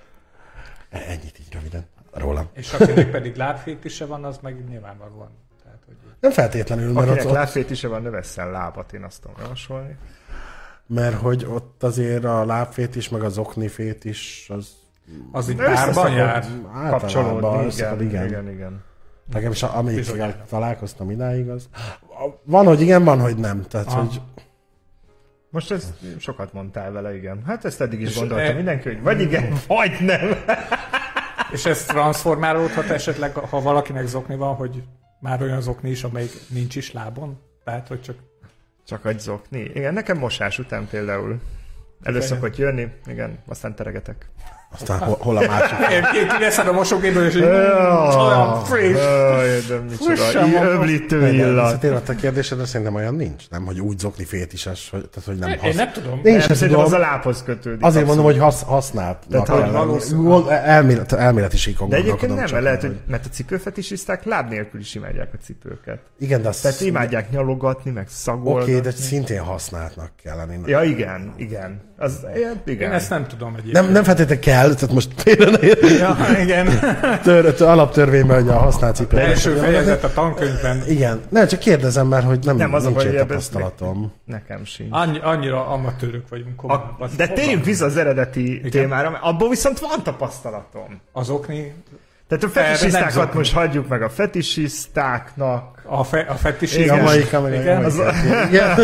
Ennyit így röviden rólam. És akinek pedig lábfétise van, az meg nyilvánvalóan. Tehát, hogy... Nem feltétlenül. Mert akinek ott... lábfétise van, ne vesszen lábat, én azt tudom javasolni. Mert hogy ott azért a lábfétis, meg az oknifétis, az... Az így párban jár? Kapcsolódni, igen, igen, igen, igen. Nekem is, amíg találkoztam idáig, az... Van, hogy igen, van, hogy nem. Tehát, ah. hogy... Most ezt sokat mondtál vele, igen. Hát ezt eddig is és gondoltam e... mindenki, hogy vagy igen, vagy nem. És ez transformálódhat esetleg, ha valakinek zokni van, hogy már olyan zokni is, amelyik nincs is lábon? Tehát, hogy csak... Csak egy zokni? Igen, nekem mosás után például. Elő szokott jönni, igen, aztán teregetek. Aztán hol, hol a másik? Kiveszed a mosógépből, és így olyan friss. Frissen öblítő illat. Tényleg a kérdésedre szerintem olyan nincs, nem? Hogy úgy zokni fétises, hogy, tehát, hogy nem használ. Én nem tudom. Én sem tudom. Az a lábhoz kötődik. Azért mondom, hogy hasz, használt. Elmélet, elméleti síkon de egyébként nem, lehet, hogy, mert a cipőfetisiszták láb nélkül is imádják a cipőket. Igen, de azt... Tehát imádják nyalogatni, meg szagolgatni. Oké, de szintén használtnak kell lenni. Ja, igen, igen. Az, igen. Én ezt nem tudom egyébként. Nem, nem feltétlenül kell, tehát most például ja, igen. Tör, tör, alaptörvényben, hogy a használt cipőt. Első fejezet a tankönyvben. Igen. Nem, csak kérdezem már, hogy nem, nem az nincs egy tapasztalatom. Nekem sincs. Annyi, annyira amatőrök vagyunk. A, de térjünk vissza az eredeti igen? témára, abból viszont van tapasztalatom. Az okni... Tehát a fetisisztákat most hagyjuk meg a fetisisztáknak. A, fe, a fetisiszták. Igen, Jamaika, igen. Igen. Az... igen.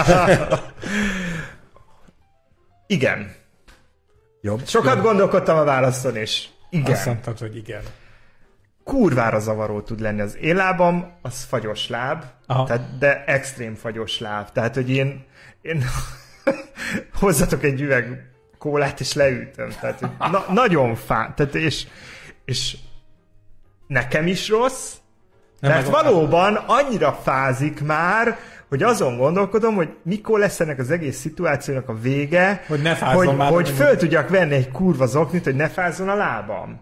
igen. Jobb. Sokat Jobb. gondolkodtam a válaszon, és igen. Azt mondtad, hogy igen. Kurvára zavaró tud lenni. Az én lábam, az fagyos láb, tehát, de extrém fagyos láb. Tehát, hogy én, én hozzatok egy üveg kólát, és leütöm. Tehát, hogy na, nagyon fá... Tehát, és, és nekem is rossz, mert valóban annyira fázik már, hogy azon gondolkodom, hogy mikor lesz ennek az egész szituációnak a vége, hogy, ne hogy, már hogy föl tudjak venni egy kurva zoknit, hogy ne fázzon a lábam.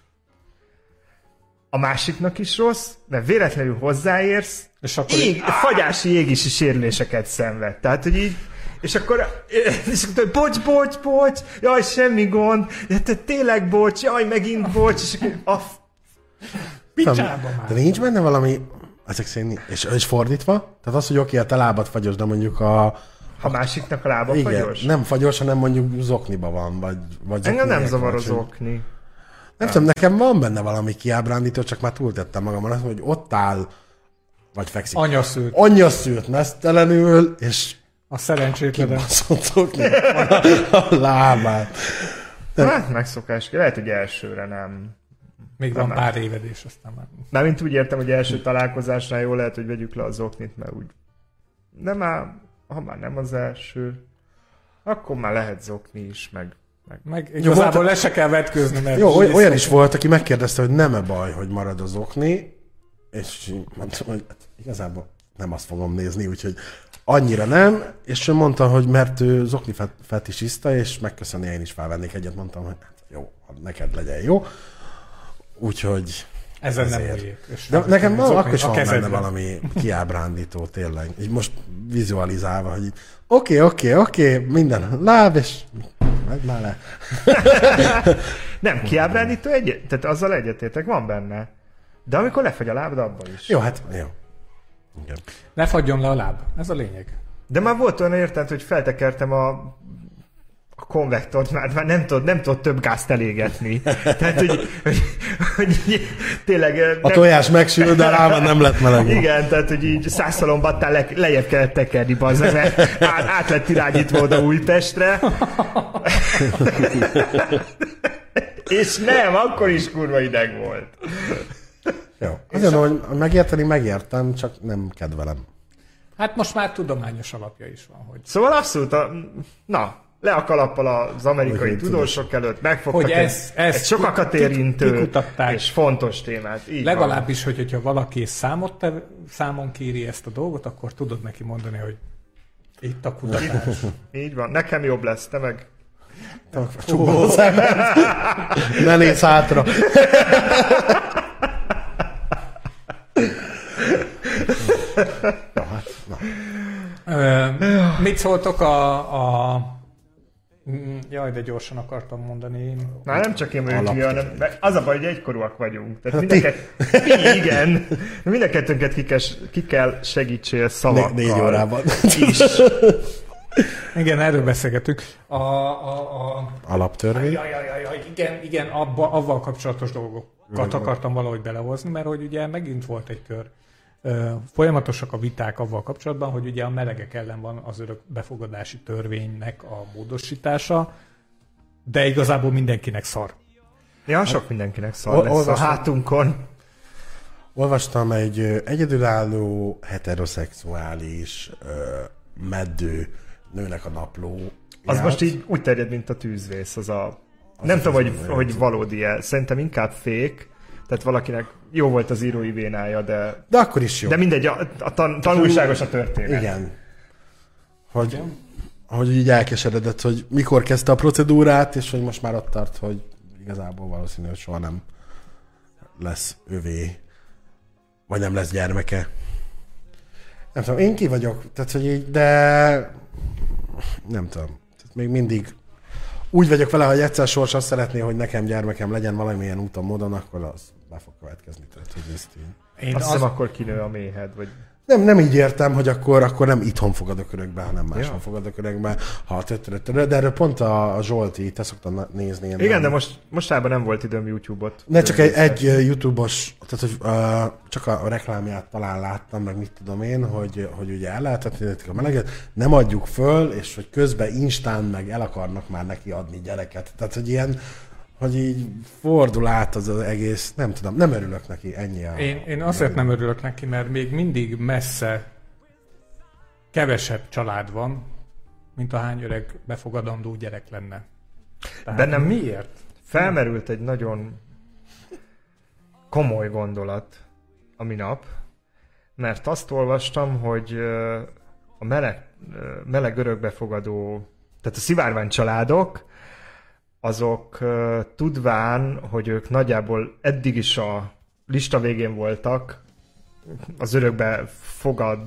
A másiknak is rossz, mert véletlenül hozzáérsz, és akkor ég, fagyási égési sérüléseket szenved. Tehát, hogy így, és akkor, és akkor bocs, bocs, bocs, jaj, semmi gond, te tényleg bocs, jaj, megint bocs, és akkor a picsába már. De nincs benne valami, ezek szerint, és, és fordítva? Tehát az, hogy oké, a te lábad fagyos, de mondjuk a... A másiknak a lába igen, fagyos? Nem fagyos, hanem mondjuk zokniba van, vagy, vagy engem nem zavar az zokni. Nem, nem tudom, nekem van benne valami kiábrándító, csak már túltettem magamon, hogy ott áll, vagy fekszik. Anyaszült. Anyaszült mesztelenül, és a szerencsétlen kibaszottok a, a lábát. De... Hát megszokás, lehet, hogy elsőre nem. Még van pár évedés, aztán már. Mármint úgy értem, hogy első találkozásnál jó lehet, hogy vegyük le az oknit, mert úgy nem már, ha már nem az első, akkor már lehet zokni is, meg meg, meg igazából jó, le se kell vetkőzni, mert... Jó, olyan szokni. Is volt, aki megkérdezte, hogy nem-e baj, hogy marad az okni, és mondtam, hogy igazából nem azt fogom nézni, úgyhogy annyira nem, és ő mondta, hogy mert ő zokni fetisista, és megköszönni, én is felvennék egyet, mondtam, hogy hát jó, neked legyen jó. Úgyhogy Ezen nem Ezért. üljék. De nekem zokni akkor is a van benne kezedben. valami kiábrándító tényleg. Így most vizualizálva, hogy így oké, oké, oké, minden láb, és meg már le. Nem, kiábrándító egy, tehát azzal egyetértek, van benne. De amikor lefagy a lábad, abban is. Jó, hát jó. Igen. Ne fagyjon le a láb. Ez a lényeg. De már volt olyan érted, hogy feltekertem a, a konvektort, már, már nem tudod nem tud több gázt elégetni. Tehát, hogy, hogy, hogy tényleg... A nem, tojás megsült, de a lábad nem lett meleg. igen, tehát, hogy így százszalombattál le, lejjebb kellett tekerni, bazzeg, mert át, át lett irányítva oda Újpestre. És nem, akkor is kurva ideg volt. Jó. Azért, hogy megérteni, megértem, csak nem kedvelem. Hát most már tudományos alapja is van, hogy, Szóval abszolút, a, na, le a kalappal az amerikai Hogy tudósok előtt, megfogtak hogy egy, ez, ez egy sokakat ki- érintő kikutatták. és fontos témát. Így legalábbis, hogy, hogyha valaki számot te, számon kéri ezt a dolgot, akkor tudod neki mondani, hogy itt a kutatás. van. Így van. Nekem jobb lesz, te meg... Csukod a szemed. Ne nézz hátra. Ja, hát, na. Ö, mit szóltok a, a... Mm, Jaj, de gyorsan akartam mondani. Na, nem csak én vagyok Alap- hülye, hanem mert az a baj, hogy egykorúak vagyunk. Tehát Hát mind a kett... Igen. Mind a kettőnket ki kell, ki kell segítsél szavakkal. Né- négy órában. Is. Igen, erről beszélgetünk. A, a, a... Alaptörvény. Jaj, jaj, jaj, jaj, igen, igen abba, avval kapcsolatos dolgokat akartam valahogy belehozni, mert hogy ugye megint volt egy kör. Ö, folyamatosak a viták avval kapcsolatban, hogy ugye a melegek ellen van az örökbefogadási törvénynek a módosítása, de igazából mindenkinek szar. Ja, sok mindenkinek szar Ol- lesz a olvastam. hátunkon. Olvastam egy ö, egyedülálló, heteroszexuális, ö, meddő nőnek a napló. Az most így úgy terjed, mint a tűzvész. Az a... Nem az tudom, az hogy, olyan. hogy valódi-e. Szerintem inkább fék. Tehát valakinek jó volt az írói vénája, de, De akkor is jó. de mindegy, a, a tan, tanulságos a történet. Igen. Hogy, hogy így elkeseredett, hogy mikor kezdte a procedúrát, és hogy most már ott tart, hogy igazából valószínű, hogy soha nem lesz övé, vagy nem lesz gyermeke. Nem tudom, én ki vagyok, tehát, hogy így, de nem tudom. Tehát még mindig úgy vagyok vele, hogy egyszer sors azt szeretné, hogy nekem gyermekem legyen valamilyen úton, módon, akkor az be fog következni. Tehát, hogy ezt így... Én Azt az, hiszem, akkor kinő a méhed, vagy... Nem, nem így értem, hogy akkor, akkor nem itthon fogadok örökbe, hanem máshol Ja. fogadok örökbe. Ha tötörötörö, de erről pont a, a Zsolti, te szoktad nézni. Én Igen, nem. de most, mostában nem volt időm YouTube-ot. Ne csak egy, egy ö, YouTube-os, tehát hogy uh, csak a, a reklámját talán láttam, meg mit tudom én, hogy, hogy ugye el lehetetlenítik a meleget, nem adjuk föl, és hogy közben instán meg el akarnak már neki adni gyereket. Tehát, hogy ilyen, hogy így fordul át az, az egész, nem tudom, nem örülök neki, ennyi a... én, én azért nem örülök neki, mert még mindig messze kevesebb család van, mint ahány öreg befogadandó gyerek lenne. Tehát Bennem miért? Felmerült egy nagyon komoly gondolat a minap, mert azt olvastam, hogy ö, a meleg, ö, meleg örökbefogadó, tehát a szivárvány családok, azok ö, tudván, hogy ők nagyjából eddig is a lista végén voltak, az örökbefogadó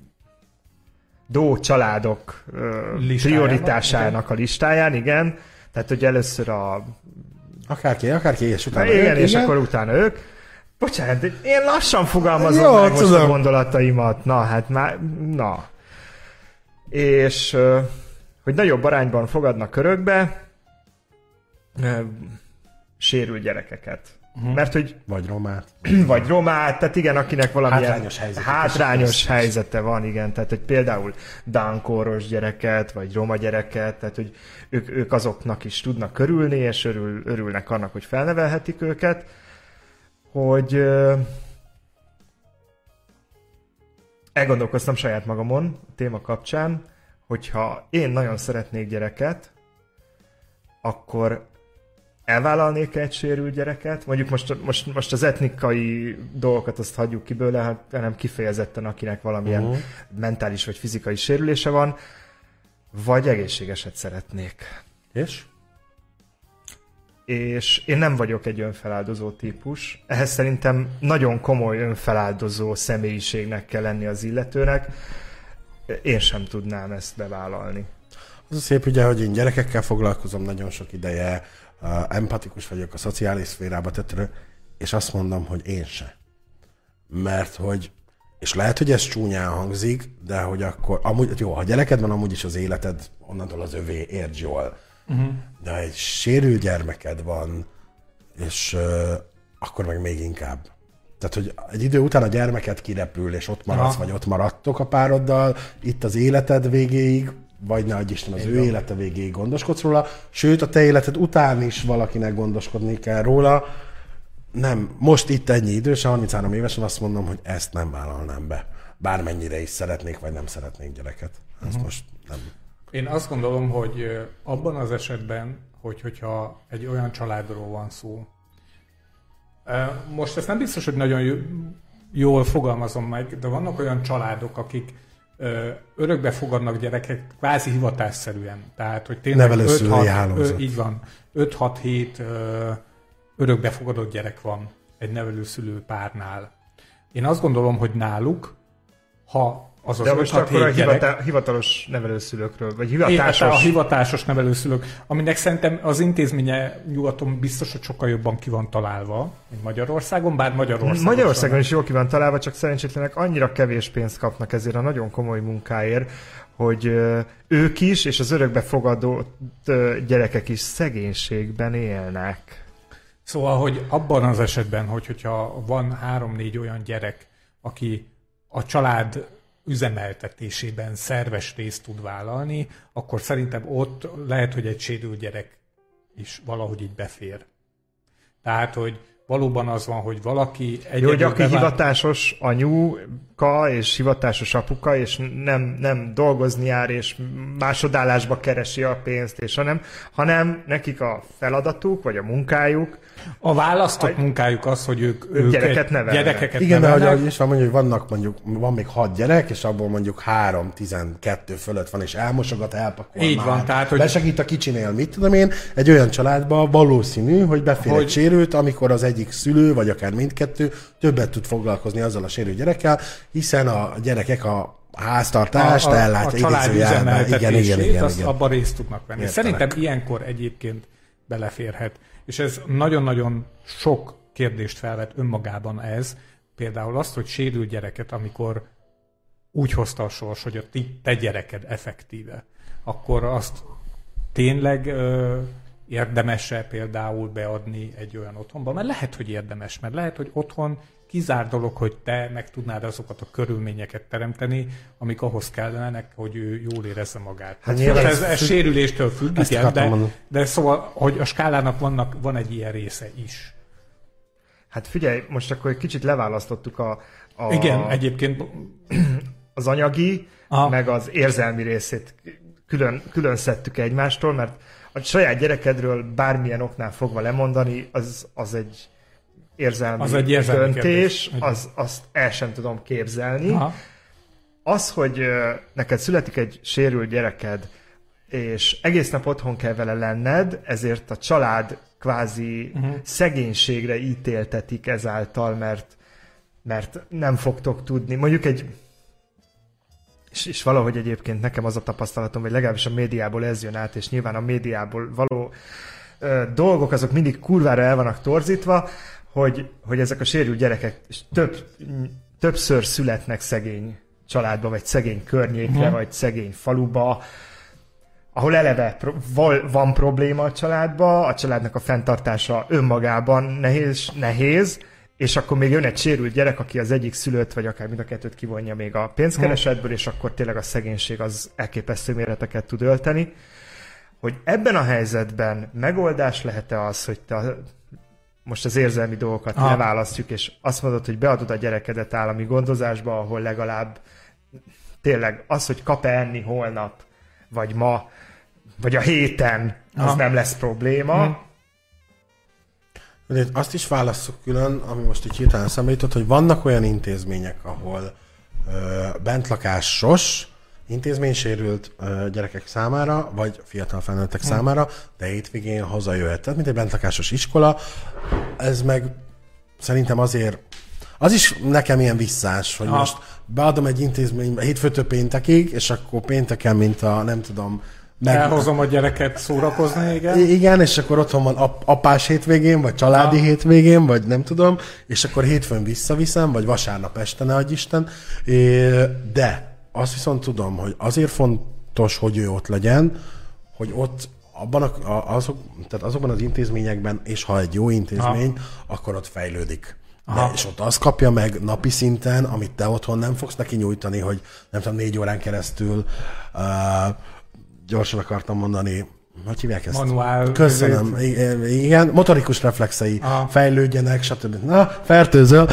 családok ö, Listájában, prioritásának a listáján, igen. Tehát, hogy először a... Akárki, akárki, és utána Na, igen, ők, és akkor utána ők. Bocsánat, én lassan fogalmazom Jó, meg most tudom. a gondolataimat. Na, hát már... Na. És ö, hogy nagyobb arányban fogadnak örökbe ö, sérült gyerekeket. Uh-huh. Mert hogy Vagy romát. vagy romát, tehát igen, akinek valamilyen Hátrányos helyzete. hátrányos helyzete van, igen, tehát hogy például Down-kóros gyereket, vagy roma gyereket, tehát hogy ők, ők azoknak is tudnak körülni, és örül, örülnek annak, hogy felnevelhetik őket, hogy ö, elgondolkoztam saját magamon a téma kapcsán, hogyha én nagyon szeretnék gyereket, akkor elvállalnék egy sérült gyereket? Mondjuk most, most, most az etnikai dolgokat azt hagyjuk ki bőle, hanem kifejezetten akinek valamilyen uh-huh. mentális vagy fizikai sérülése van, vagy egészségeset szeretnék. És? és én nem vagyok egy önfeláldozó típus. Ehhez szerintem nagyon komoly önfeláldozó személyiségnek kell lenni az illetőnek. Én sem tudnám ezt bevállalni. Az a szép ugye, hogy én gyerekekkel foglalkozom nagyon sok ideje, empatikus vagyok a szociális szférába, tehát, és azt mondom, hogy én se. Mert hogy, és lehet, hogy ez csúnyán hangzik, de hogy akkor, amúgy, jó, ha gyereked van, amúgy is az életed onnantól az övé, értsd jól. Uh-huh. De ha egy sérült gyermeked van, és uh, akkor meg még inkább. Tehát, hogy egy idő után a gyermeked kirepül, és ott maradsz, Aha. vagy ott maradtok a pároddal, itt az életed végéig, vagy ne adj Isten, az Én ő van. élete végéig gondoskodsz róla, sőt, a te életed után is valakinek gondoskodni kell róla. Nem, most itt ennyi idősen, harminchárom évesen azt mondom, hogy ezt nem vállalnám be. Bármennyire is szeretnék, vagy nem szeretnék gyereket. Ezt uh-huh. most nem. Én azt gondolom, hogy abban az esetben, hogy, hogyha egy olyan családról van szó, most ezt nem biztos, hogy nagyon jól fogalmazom meg, de vannak olyan családok, akik örökbe fogadnak gyerekek kvázi hivatásszerűen. Tehát, hogy tényleg nevelőszülői hálózat. Így van. öt-hat-hét örökbefogadott gyerek van egy nevelőszülő párnál. Én azt gondolom, hogy náluk, ha az az de most akkor a gyerek, hivatá- hivatalos nevelőszülőkről, vagy hivatásos... Én, a hivatásos nevelőszülők, aminek szerintem az intézménye nyugaton biztos, hogy sokkal jobban ki van találva, mint Magyarországon, bár Magyarországon... Magyarországon is jól ki van találva, csak szerencsétlenek annyira kevés pénzt kapnak ezért a nagyon komoly munkáért, hogy ők is, és az örökbefogadott gyerekek is szegénységben élnek. Szóval, hogy abban az esetben, hogy, hogyha van három-négy olyan gyerek, aki a család üzemeltetésében szerves részt tud vállalni, akkor szerintem ott lehet, hogy egy sérült gyerek is valahogy így befér. Tehát, hogy valóban az van, hogy valaki... Jó, hogy aki bevál... hivatásos anyuka és hivatásos apuka, és nem, nem dolgozni jár, és másodállásba keresi a pénzt, és hanem, hanem nekik a feladatuk, vagy a munkájuk... A választott a... munkájuk az, hogy ők, ők gyereket nevelnek. Gyerekeket Igen, nevelnek. de ahogy is van, mondjuk, hogy vannak mondjuk, van még hat gyerek, és abból mondjuk három, tizenkettő fölött van, és elmosogat, elpakol Így már. van, tehát, hogy... Besegít a kicsinél, mit tudom én, egy olyan családba valószínű, hogy befér hogy... egy sérült, amikor az egyik szülő, vagy akár mindkettő többet tud foglalkozni azzal a sérült gyerekkel, hiszen a gyerekek a háztartást a, a, ellátja. A család üzemeltetését, igen, igen, azt igen. abban részt tudnak venni. Értenek. Szerintem ilyenkor egyébként beleférhet. És ez nagyon-nagyon sok kérdést felvet önmagában ez. Például azt, hogy sérült gyereket, amikor úgy hozta a sors, hogy a te gyereked effektíve, akkor azt tényleg ö, érdemes-e például beadni egy olyan otthonba? Mert lehet, hogy érdemes, mert lehet, hogy otthon kizár dolog, hogy te meg tudnád azokat a körülményeket teremteni, amik ahhoz kellenek, hogy ő jól érezze magát. Hát ez, ez, ez sérüléstől függ, igen, de, de szóval, hogy a skálának vannak, van egy ilyen része is. Hát figyelj, most akkor egy kicsit leválasztottuk a... a igen, egyébként... az anyagi, Aha. meg az érzelmi részét külön, külön szedtük egymástól, mert a saját gyerekedről bármilyen oknál fogva lemondani, az, az egy érzelmi, az egy érzelmi döntés, az, azt el sem tudom képzelni. Aha. Az, hogy neked születik egy sérült gyereked, és egész nap otthon kell vele lenned, ezért a család kvázi uh-huh. szegénységre ítéltetik ezáltal, mert, mert nem fogtok tudni. Mondjuk egy... És, és valahogy egyébként nekem az a tapasztalatom, hogy legalábbis a médiából ez jön át, és nyilván a médiából való ö, dolgok azok mindig kurvára el vannak torzítva, hogy, hogy ezek a sérült gyerekek több, többször születnek szegény családba, vagy szegény környékre, uh-huh. vagy szegény faluba, ahol eleve pro- van probléma a családba, a családnak a fenntartása önmagában nehéz, nehéz, és akkor még jön egy sérült gyerek, aki az egyik szülőt, vagy akár mind a kettőt kivonja még a pénzkeresetből, és akkor tényleg a szegénység az elképesztő méreteket tud ölteni. Hogy ebben a helyzetben megoldás lehet-e az, hogy te most az érzelmi dolgokat ah. leválasztjuk, és azt mondod, hogy beadod a gyerekedet állami gondozásba, ahol legalább tényleg az, hogy kap-e enni holnap, vagy ma, vagy a héten, az ah. nem lesz probléma. Hmm. Azt is válasszuk külön, ami most így hirtelen szembe jutott, hogy vannak olyan intézmények, ahol ö, bentlakásos, intézménysérült gyerekek számára, vagy fiatal felnőttek hmm. számára, de hétvégén hazajöhet. Tehát mint egy bentlakásos iskola, ez meg szerintem azért, az is nekem ilyen visszás, hogy ha. most beadom egy intézménybe hétfőtől péntekig, és akkor pénteken, mint a nem tudom, meg... elhozom a gyereket szórakozni, igen. Igen, és akkor otthon van ap- apás hétvégén, vagy családi ha. hétvégén, vagy nem tudom, és akkor hétfőn visszaviszem, vagy vasárnap este, ne adj Isten. De azt viszont tudom, hogy azért fontos, hogy ő ott legyen, hogy ott abban a, azok, tehát azokban az intézményekben, és ha egy jó intézmény, ha. akkor ott fejlődik. De, és ott azt kapja meg napi szinten, amit te otthon nem fogsz neki nyújtani, hogy nem tudom, négy órán keresztül uh, gyorsan akartam mondani, hogy hívják ezt? Manuál. Köszönöm. I- igen, motorikus reflexei Aha. fejlődjenek, stb. Na, fertőzöl.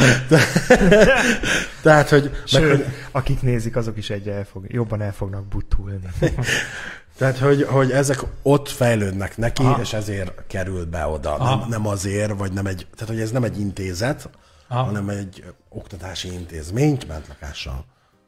Tehát, hogy... Sőt, meg, hogy... akik nézik, azok is egyre el fog, jobban el fognak butulni. Tehát, hogy, hogy ezek ott fejlődnek neki, Aha. és ezért kerül be oda. Nem, nem azért, vagy nem egy... Tehát, hogy ez nem egy intézet, Aha. hanem egy oktatási intézmény, bentlakással.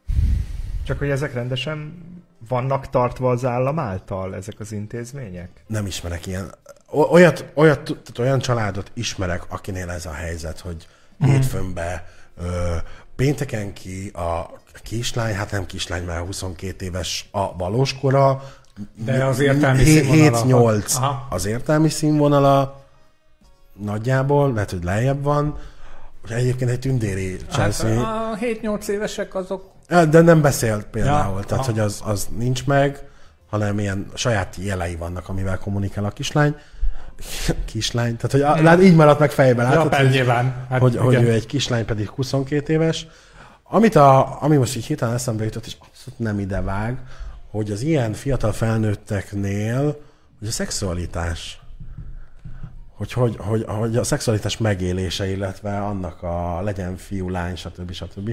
Csak hogy ezek rendesen vannak tartva az állam által, ezek az intézmények? Nem ismerek ilyen. Olyat, olyat, tehát olyan családot ismerek, akinél ez a helyzet, hogy mm. hétfőnbe ö, pénteken ki a kislány, hát nem kislány, mert huszonkét éves a valóskora, de az értelmi színvonala. hét nyolc az értelmi színvonala nagyjából, lehet, hogy lejjebb van. Egyébként egy tündéri Chelsea. Hát a hét nyolc évesek azok... De nem beszélt például, ja, tehát ha. hogy az, az nincs meg, hanem ilyen saját jelei vannak, amivel kommunikál a kislány. Kislány, tehát hogy lát, így maradt meg fejben. Látod, ja, hogy, hát, hogy, hogy ő egy kislány pedig huszonkét éves. Amit a, ami most így hirtelen eszembe jutott, és abszolút nem ide vág, hogy az ilyen fiatal felnőtteknél, hogy a szexualitás, hogy, hogy, hogy, hogy a szexualitás megélése, illetve annak a legyen fiú, lány, stb. stb.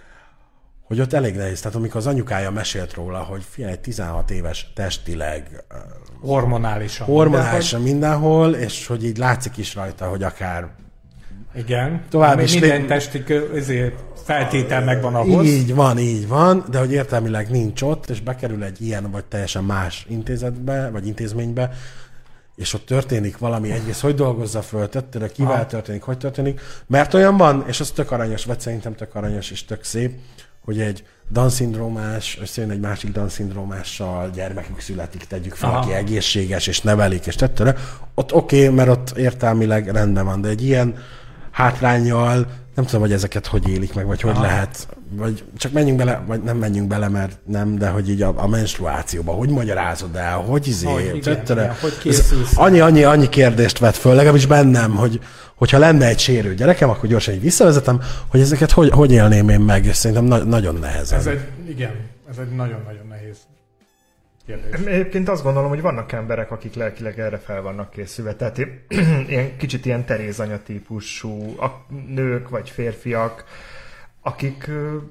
Hogy ott elég nehéz. Tehát amikor az anyukája mesélt róla, hogy figyelj, tizenhat éves testileg, hormonálisan, hormonálisan mindenhol, mindenhol, és hogy így látszik is rajta, hogy akár igen, tovább is minden lé... testi ezért feltétel megvan ahhoz. Így van, így van, de hogy értelmileg nincs ott, és bekerül egy ilyen vagy teljesen más intézetbe, vagy intézménybe, és ott történik valami, egyrészt hogy dolgozza föl, tettőre, kivel Aha. történik, hogy történik, mert olyan van, és az tök aranyos, vagy szerintem tök aranyos és tök szép, hogy egy Down-szindrómás összejön egy másik Down-szindrómással, gyermekük születik, tegyük fel, Aha. aki egészséges, és nevelik, és tettőre, ott oké, okay, mert ott értelmileg rendben van, de egy ilyen hátránnyal nem tudom, hogy ezeket hogy élik meg, vagy Aha. hogy lehet, vagy csak menjünk bele, vagy nem menjünk bele, mert nem, de hogy így a, a menstruációba, hogy magyarázod el, hogy izé, hogy, igen, igen, hogy készülsz. Annyi, annyi, annyi kérdést vet föl, legalábbis bennem, hogy hogyha lenne egy sérült gyerekem, akkor gyorsan így visszavezetem, hogy ezeket hogy, hogy élném én meg, és szerintem na- nagyon nehezen. Ez egy, igen, ez egy nagyon-nagyon nehéz kérdés. Egyébként azt gondolom, hogy vannak emberek, akik lelkileg erre fel vannak készülve. Tehát ilyen, kicsit ilyen Teréz anya típusú nők vagy férfiak, akik...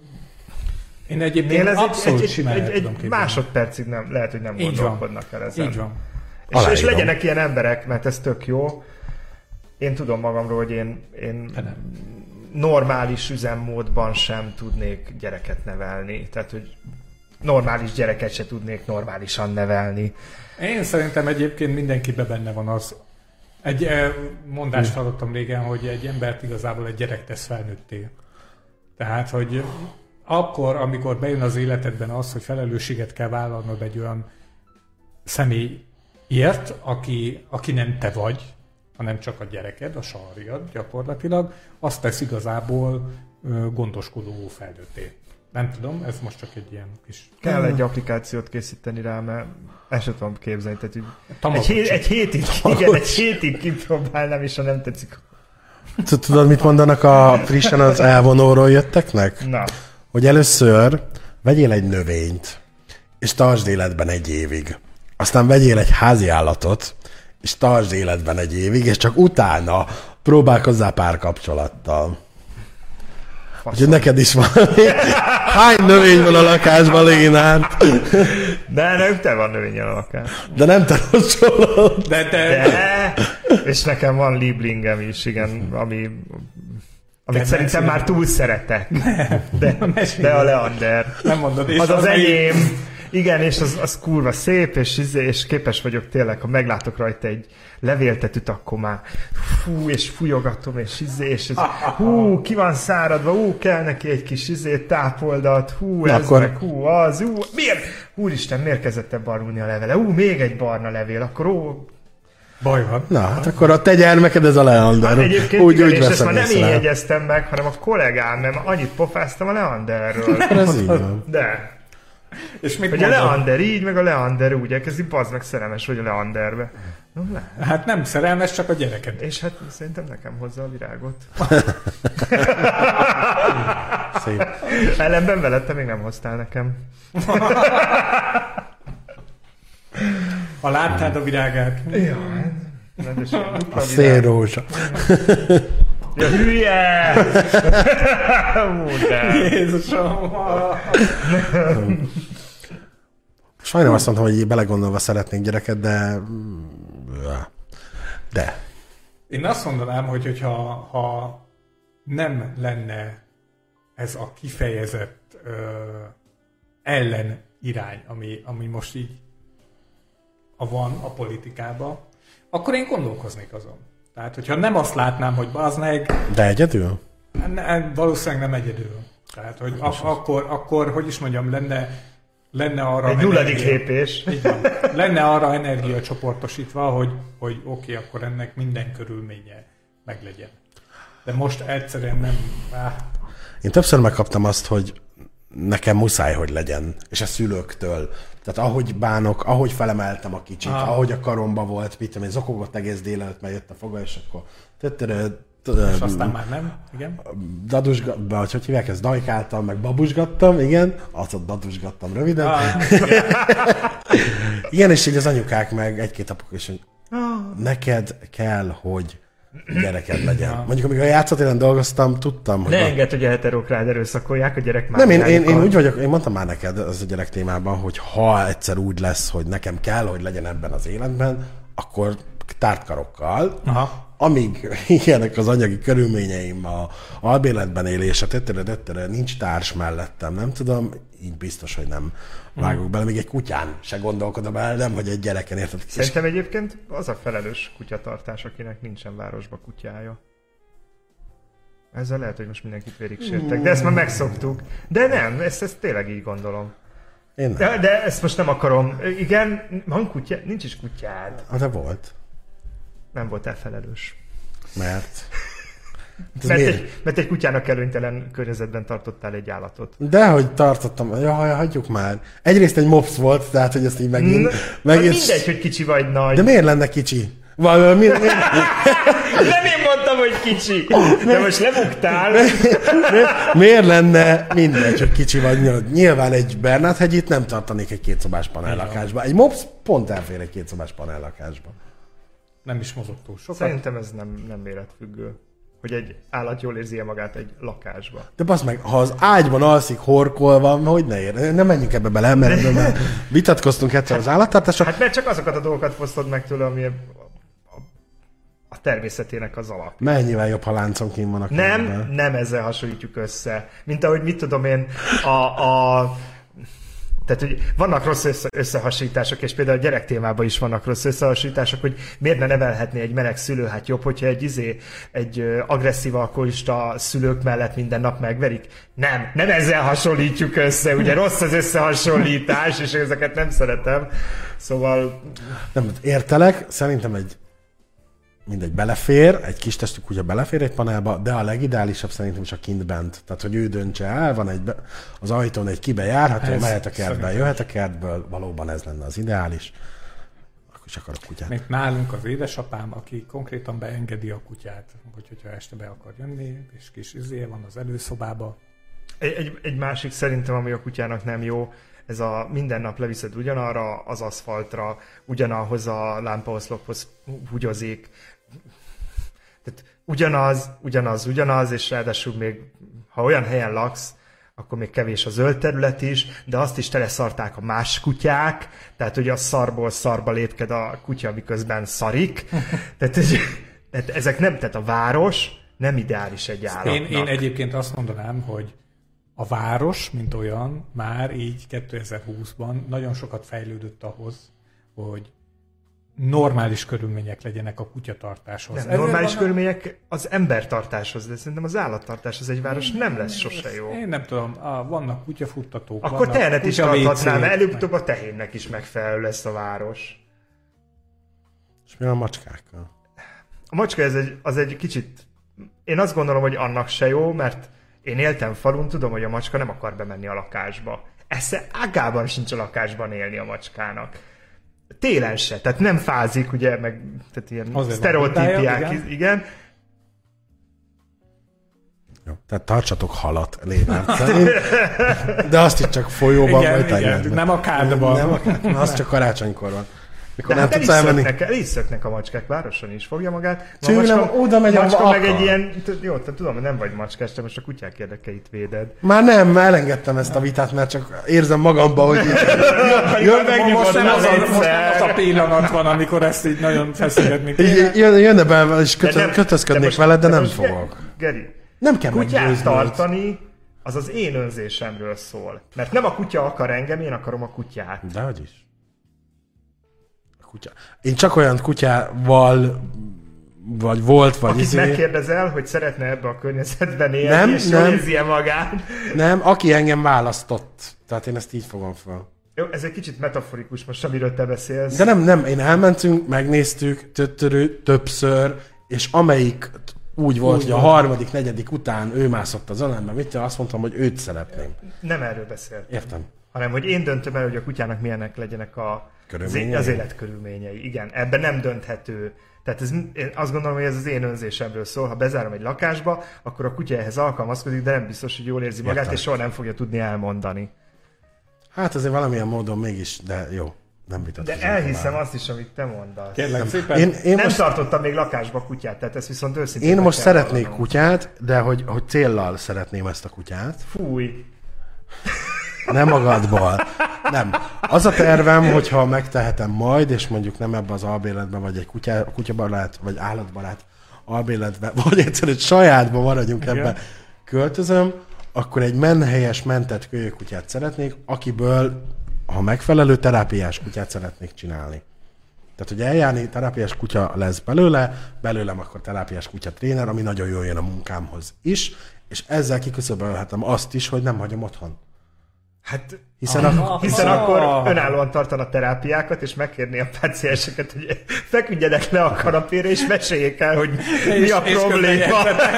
Én egyébként abszolút egy, egy, egy, egy, egy másodpercig nem, lehet, hogy nem így gondolkodnak van. el ezen. Így van. És, és legyenek ilyen emberek, mert ez tök jó. Én tudom magamról, hogy én, én normális üzemmódban sem tudnék gyereket nevelni. Tehát, hogy normális gyereket se tudnék normálisan nevelni. Én szerintem egyébként mindenkiben benne van az. Egy mondást hallottam régen, hogy egy embert igazából egy gyerek tesz felnőtté. Tehát, hogy akkor, amikor bejön az életedben az, hogy felelősséget kell vállalnod egy olyan személyért, aki, aki nem te vagy, hanem csak a gyereked, a sarjad gyakorlatilag, azt tesz igazából gondoskodó felnőtté. Nem tudom, ez most csak egy ilyen kis... Kell egy applikációt készíteni rá, mert ezt sem tudom képzelni. Tehát, egy, hét, egy, hétig, igen, egy hétig kipróbálnám, és ha nem tetszik. Tudod, mit mondanak a frissen az elvonóról jötteknek? Na. Hogy először vegyél egy növényt, és tartsd életben egy évig. Aztán vegyél egy házi állatot, és tartsd életben egy évig, és csak utána próbálkozzál párkapcsolattal. Úgyhogy neked is valami. Hány növény van a lakásban, Lénárt? De nem te van növény a lakás. De nem te rocsolod. De te. De. És nekem van Lieblingem is, igen, ami... Amit de szerintem mesélj. Már túl szeretek. De, de a Leander. Nem mondod. És az az, az enyém. Igen, és az, az kurva szép, és, és képes vagyok tényleg, ha meglátok rajta egy levéltetűt, akkor már fú, és fújogatom, és izé, és ez, hú, ki van száradva, hú, kell neki egy kis izé, tápoldat, hú, ez akkor... meg, hú, az, hú, miért? Úristen, miért kezdett el barulni a levele? Hú, még egy barna levél, akkor ó... Baj van. Na, hát akkor a te gyermeked ez a Leander. Hát egyébként úgy, igen, úgy és ezt már nem én jegyeztem meg, hanem a kollégám, mert annyit pofáztam a Leanderről. Ez így van. De... És még hogy a Leander így, meg a Leander úgy elkezdi, bazd meg szerelmes vagy a Leanderbe. No, le. Hát nem szerelmes, csak a gyereked. És hát szerintem nekem hozza a virágot. Szép. Ellenben veled te még nem hoztál nekem. Ha láttad a virágát. Ja, a szélrózsa. Ja, hülye! Jézusom! Sajnálom azt mondtam, hogy belegondolva szeretnék gyereket, de... De. Én azt mondanám, hogy hogyha, ha nem lenne ez a kifejezett ö, ellen irány, ami, ami most így a van a politikában, akkor én gondolkoznék azon. Tehát, hogyha nem azt látnám, hogy bazd meg... De egyedül? Ne, valószínűleg nem egyedül. Tehát, hogy ak- akkor, akkor, hogy is mondjam, lenne, lenne arra... Egy nulladik lépés. Így van. Lenne arra energia csoportosítva, hogy, hogy oké, okay, akkor ennek minden körülménye meglegyen. De most egyszerűen nem... Áh. Én többször megkaptam azt, hogy nekem muszáj, hogy legyen. És a szülőktől. Tehát ahogy bánok, ahogy felemeltem a kicsit, ah. ahogy a karomba volt, mit tudom én, zokogott egész délelőtt, mert jött a foga, és akkor... És aztán már nem, igen. Dadusgattam, vagy hogy hívják, ezt dajkáltam, meg babusgattam, igen. Azt ott dadusgattam röviden. Ah. Igen, és így az anyukák meg egy-két apuk is, hogy neked kell, hogy gyereked legyen. Ja. Mondjuk, amikor a játszótéren dolgoztam, tudtam, hogy... Ne van... engedd, hogy a heterók rád erőszakolják, a gyerek már... Nem, én, én, én úgy vagyok, én mondtam már neked az a gyerek témában, hogy ha egyszer úgy lesz, hogy nekem kell, hogy legyen ebben az életben, akkor tárt karokkal, aha. Amíg ilyenek az anyagi körülményeim, a albérletben élés, a tettere, tettere, nincs társ mellettem, nem tudom, így biztos, hogy nem vágok mm. bele, még egy kutyán se gondolkodom el, nem, hogy egy gyereken, érted? Szerintem egyébként az a felelős kutyatartás, akinek nincsen városba kutyája. Ezzel lehet, hogy most mindenkit vérig sértek, de ezt már megszoktuk. De nem, ezt, ezt tényleg így gondolom. Én nem. De, de ezt most nem akarom. Igen, van kutya, nincs is kutyád. De volt. Nem voltál felelős. Mert? Mert egy, mert egy kutyának előnytelen környezetben tartottál egy állatot. Dehogy tartottam. Ja, hagyjuk már. Egyrészt egy mops volt, tehát hogy ezt így megint... megint... Mindegy, hogy kicsi vagy nagy. De miért lenne kicsi? Val, mi, mi... Nem én mondtam, hogy kicsi. De most lebuktál. Miért lenne mindegy, hogy kicsi vagy? Nyilván egy Bernát-hegyit nem tartanék egy kétszobás panellakásba. Egy mops pont elfér egy kétszobás panellakásba. Nem is mozog túl sokat. Szerintem ez nem, nem méretfüggő, hogy egy állat jól érzi magát egy lakásba. De bassz meg, ha az ágyban alszik horkolva, hogy ne ér? Nem menjünk ebbe bele, mert, mert vitatkoztunk egyszer az állattartásra. Hát mert csak azokat a dolgokat fosztod meg tőle, ami a, a, a természetének az alap. Mennyivel jobb, ha láncon kín vannak. Nem, ebben. Nem ezzel hasonlítjuk össze. Mint ahogy mit tudom én, a... a Tehát, hogy vannak rossz össze- összehasonlítások, és például a gyerek témában is vannak rossz összehasonlítások, hogy miért ne nevelhetné egy meleg szülő, hát jobb, hogyha egy izé, egy agresszív alkoholista szülők mellett minden nap megverik. Nem, nem ezzel hasonlítjuk össze, ugye rossz az összehasonlítás, és ezeket nem szeretem. Szóval... Nem, értelek, szerintem egy mindegy, belefér, egy kis testű kutya belefér egy panelba, de a legideálisabb szerintem is a kint bent. Tehát, hogy ő döntse el, van egy be, az ajtón egy kibe járható, mehet a kertbe, jöhet a kertből, valóban ez lenne az ideális. Akkor is akarok kutyát. Még nálunk az édesapám, aki konkrétan beengedi a kutyát, hogy, hogyha este be akar jönni, és kis izé van az előszobába. Egy, egy, egy másik szerintem, ami a kutyának nem jó, ez a minden nap leviszed ugyanarra az aszfaltra, ugyanahoz a lámpaoszlophoz húgyozik. Tehát ugyanaz, ugyanaz, ugyanaz, és ráadásul még, ha olyan helyen laksz, akkor még kevés a zöld terület is, de azt is teleszarták a más kutyák, tehát ugye a szarból szarba lépked a kutya, miközben szarik. Tehát, tehát ezek nem, tehát a város nem ideális egy állatnak. Én, én egyébként azt mondanám, hogy a város, mint olyan, már így kétezer-húszban nagyon sokat fejlődött ahhoz, hogy normális körülmények legyenek a kutyatartáshoz. Nem, normális vannak... körülmények az embertartáshoz, de szerintem az állattartás az egy város nem lesz sose jó. Én nem tudom, vannak kutyafuttatók, akkor tehenet is tarthatnál, mert előbb-utóbb a tehénnek is megfelelő lesz a város. És mi a macskákkal? A macska ez egy, az egy kicsit... Én azt gondolom, hogy annak se jó, mert én éltem falun, tudom, hogy a macska nem akar bemenni a lakásba. Esze ágában sincs a lakásban élni a macskának. Télen se, tehát nem fázik, ugye, meg tehát ilyen sztereotípiák, igen. igen. Jó, tehát tartsatok halat lévert. De azt itt csak folyóban igen, vagy igen, nem a kádban. Nem a kádban, az csak karácsonykor van. Mikor de nem hát tudsz elmenni. El is szöknek a macskák, városon is fogja magát. Tőlem oda megy a macska meg egy ilyen, jó, te tudom, hogy nem vagy macskás, te most a kutyák érdekeit véded. Már nem, elengedtem ezt a vitát, mert csak érzem magamba, hogy jön most nem az, az a pillanat van, amikor ezt így nagyon feszegetni kéne. Jön, jönne be, és kötö, kötözködnék veled, de, de nem fogok. Geri, nem kell kutyát tartani, az az én önzésemről szól. Mert nem a kutya akar engem, én akarom a kutyát. Dehogy is. Kutya. Én csak olyan kutyával, vagy volt, vagy... Akit izé... megkérdezel, hogy szeretne ebbe a környezetben élni, nem, és nem. érzi-e magát. Nem, aki engem választott. Tehát én ezt így fogom fel. Jó, ez egy kicsit metaforikus most, amiről te beszélsz. De nem, nem, én elmentünk, megnéztük többször, többször, és amelyik úgy volt, úgy hogy a harmadik, negyedik után ő mászott az ölembe, mit azt mondtam, hogy őt szeretném. Nem erről beszélt. Értem. Hanem, hogy én döntöm el, hogy a kutyának milyenek legyenek a, az életkörülményei. Igen, ebben nem dönthető. Tehát ez, én azt gondolom, hogy ez az én önzésemről szól. Ha bezárom egy lakásba, akkor a kutya ehhez alkalmazkodik, de nem biztos, hogy jól érzi magát, Értem. és soha nem fogja tudni elmondani. Hát azért valamilyen módon mégis, de jó. Nem de elhiszem azt is, amit te mondasz. Kérlek szépen. Én, én nem most... tartottam még lakásba kutyát, tehát ez viszont őszintén. Én most szeretnék vallanom. kutyát, de hogy, hogy céllal szeretném ezt a kutyát. Fúj. Nem magadból. Nem. Az a tervem, hogyha megtehetem majd, és mondjuk nem ebbe az albéletben, vagy egy kutya, kutyabarát, vagy állatbarát albéletben, vagy egyszerűen sajátban maradjunk ebbe költözöm, akkor egy menhelyes, mentett kölyökkutyát szeretnék, akiből, ha megfelelő terápiás kutyát szeretnék csinálni. Tehát, hogy eljárni, terápiás kutya lesz belőle, belőlem akkor terápiás kutya tréner, ami nagyon jól jön a munkámhoz is, és ezzel kiküszöbölhetem azt is, hogy nem hagyom otthon. Hát, hiszen, ah, a, hiszen ah, akkor ah, önállóan tartana terápiákat, és megkérni a pácienseket, hogy feküdjenek le a kanapére, és meséljék el, hogy mi és, a probléma.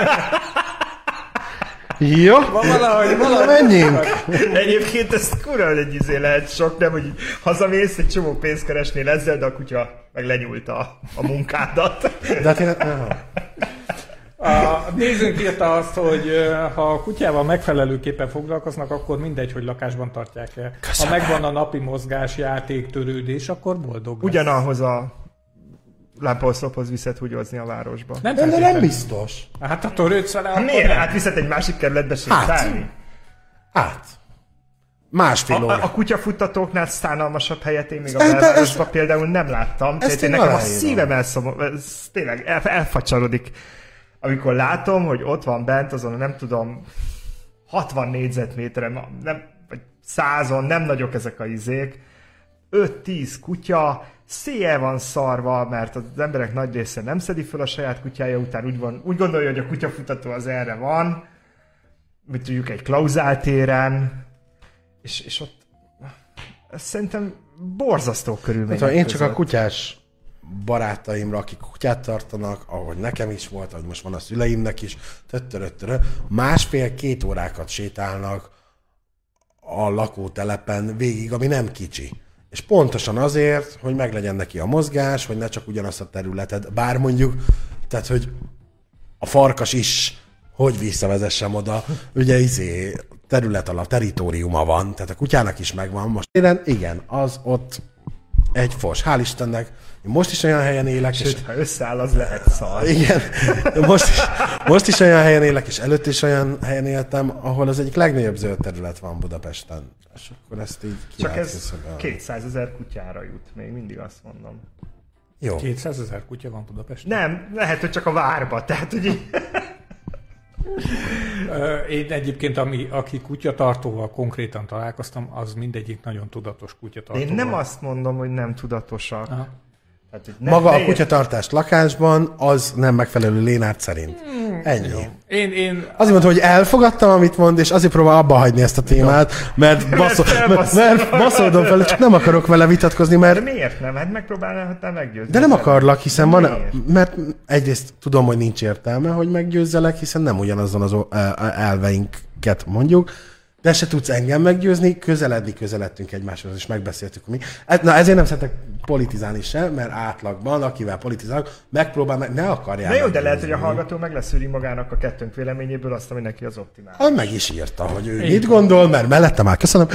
Jó, valahogy, valahogy menjünk. Egyébként ez kurva egy izé lehet sok, nem, hogy hazamész, egy csomó pénzt keresnél ezzel, de a kutya meg lenyúlta a, a munkádat. De hát én... A nézőnk írta azt, hogy ha a kutyával megfelelőképpen foglalkoznak, akkor mindegy, hogy lakásban tartják-e. Ha megvan a napi mozgás, játék, törődés, akkor boldog lesz. Ugyanahoz a lámpaoszlophoz viszed húgyozni a városba. Nem, de nem biztos. Hát ha törődsz vele, akkor miért? Hát viszed egy másik kerületbe sétálni? Hát. hát. Másfél óra. A, a kutyafuttatóknál szánalmasabb helyet én még a belvárosban például nem láttam. Tehát én nekem a szívem elszomor, ez tényleg el, elfacsarodik. Amikor látom, hogy ott van bent azon, nem tudom, hatvan négyzetméteren, nem, vagy százon, nem nagyok ezek a izék, öt-tíz kutya, széjjel van szarva, mert az emberek nagy része nem szedi föl a saját kutyája után, úgy, van, úgy gondolja, hogy a kutyafutató az erre van, mit tudjuk, egy Klauzál téren, és, és ott ez szerintem borzasztó körülmények hát, én között. csak a kutyás barátaimra, akik kutyát tartanak, ahogy nekem is volt, ahogy most van a szüleimnek is, töttöröttörö, másfél-két órákat sétálnak a lakótelepen végig, ami nem kicsi. És pontosan azért, hogy meglegyen neki a mozgás, hogy ne csak ugyanazt a területet, bár mondjuk, tehát, hogy a farkas is hogy visszavezessem oda, ugye izé, terület alatt, teritoriuma van, tehát a kutyának is megvan. Most igen, az ott egy fos. Hál' Istennek, én most is olyan helyen élek. Sőt, és... ha összeáll, az lehet szar. Igen, most is, most is olyan helyen élek, és előtt is olyan helyen éltem, ahol az egyik legnagyobb zöld terület van Budapesten. És akkor ezt így ki csak ez kétszázezer kutyára jut, még mindig azt mondom. Jó. kétszázezer kutya van Budapesten? Nem, lehet, hogy csak a várba, tehát ugye... Én egyébként, ami, aki kutyatartóval konkrétan találkoztam, az mindegyik nagyon tudatos kutyatartóval. Én nem azt mondom, hogy nem tudatosak. Aha. Tehát, ne, Maga ne a kutyatartást lakásban, az nem megfelelő Lénárt szerint. Ennyi. Én, én... Azért mondtam, hogy elfogadtam, amit mond, és azért próbál abba hagyni ezt a témát, mert, basszol, mert, mert baszolodom fel, csak nem akarok vele vitatkozni, mert... De miért nem? Hát megpróbálnál meggyőzni. De nem akarlak, hiszen van... Miért? Mert egyrészt tudom, hogy nincs értelme, hogy meggyőzzelek, hiszen nem ugyanazon az elveinket mondjuk, de se tudsz engem meggyőzni, közeledni közeledtünk egymáshoz, és megbeszéltük, hogy mi. Na ezért nem szeretek politizálni sem, mert átlagban, akivel politizálok, megpróbál, meg ne akarják. De jó, de lehet, hogy a hallgató meg leszűri magának a kettőnk véleményéből azt, ami neki az optimális. Ha meg is írta, hogy ő Én mit gondol, mert mellette már köszönöm.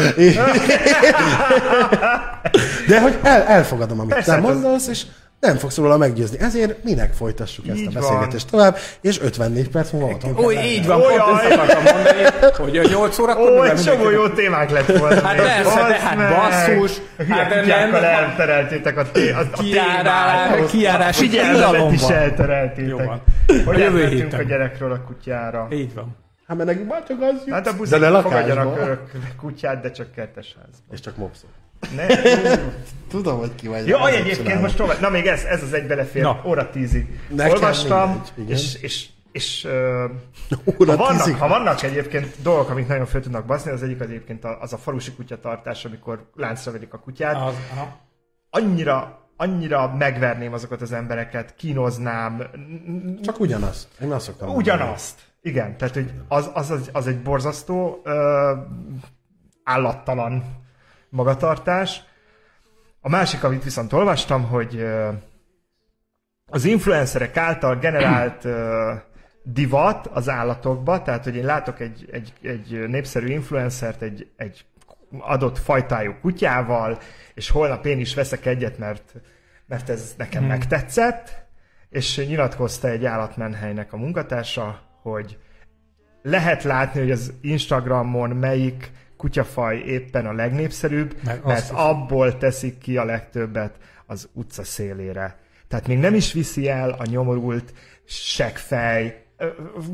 De hogy el, elfogadom, amit Persze, te mondasz, és nem fogsz róla meggyőzni. Ezért minek folytassuk ezt így a beszélgetést tovább, és ötvennégy perc múlva voltam. Ó, így van, pont ezt akartam mondani, hogy a nyolc órakor... Ó, egy csomó jó témák lett volna. Hát persze, de hát basszus. Hát nem... eltereltétek a, té- a, a témát. Kijárás figyelmet is eltereltétek. Jó van. Hogy Jövő elmentünk héten. a gyerekről a kutyára. Így van. Hát mert nekünk már csak az jut. Hát a De buszik ne fogadjanak lakásban. örök kutyát, de csak kertesházban. És csak mopszol. Ne? Tudom, hogy ki vagy. Jó, Azért egyébként csinálom. most tovább. Na még ez, ez az egy belefér. Na. Óra tízig. Nekem Olvastam, mindegy, igen. és, és, és uh, Óra ha, vannak, tízig? ha vannak egyébként dolgok, amik nagyon fel tudnak baszni, az egyik az egyébként a- az a falusi kutyatartás, amikor láncra verik a kutyát. Az, aha. Annyira, annyira megverném azokat az embereket, kínoznám. Csak ugyanazt. Én azt szoktam mondani. Ugyanazt. Igen, tehát hogy az, az, az, az egy borzasztó, ö, állattalan magatartás. A másik, amit viszont olvastam, hogy ö, az influencerek által generált ö, divat az állatokba, tehát hogy én látok egy, egy, egy népszerű influencert egy, egy adott fajtájú kutyával, és holnap én is veszek egyet, mert, mert ez nekem hmm. megtetszett, és nyilatkozta egy állatmenhelynek a munkatársa, hogy lehet látni, hogy az Instagramon melyik kutyafaj éppen a legnépszerűbb, Mert mert, azt mert abból teszik ki a legtöbbet az utca szélére. Tehát még nem is viszi el a nyomorult seggfej, ö,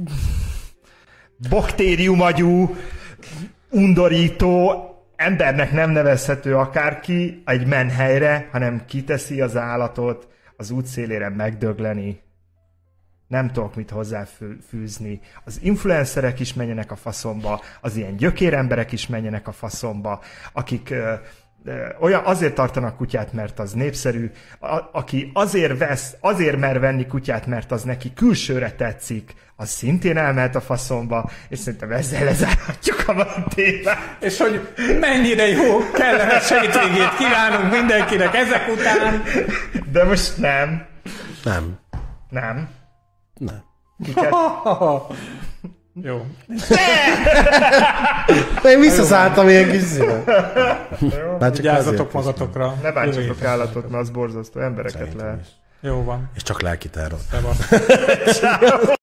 baktériumagyú, undorító, embernek nem nevezhető akárki egy menhelyre, hanem kiteszi az állatot az útszélére megdögleni. Nem tudok mit hozzáfűzni. Az influencerek is menjenek a faszomba, az ilyen gyökéremberek is menjenek a faszomba, akik ö, ö, olyan azért tartanak kutyát, mert az népszerű, a, aki azért vesz, azért mer venni kutyát, mert az neki külsőre tetszik, az szintén elmehet a faszomba, és szerintem ezzel lezárhatjuk a mai témát. És hogy mennyire jó, kellemes hétvégét kívánunk mindenkinek ezek után. De most nem. Nem. Nem. Nem. Kiket... Jó. De én visszaszálltam ilyen kis szíven. Már csak Vigyázzatok azért magatokra. Ne Jövő bántsatok héten. állatot, mert az borzasztó embereket Szerintem lehet. is. Jó van. És csak lelki terror. Szevasz.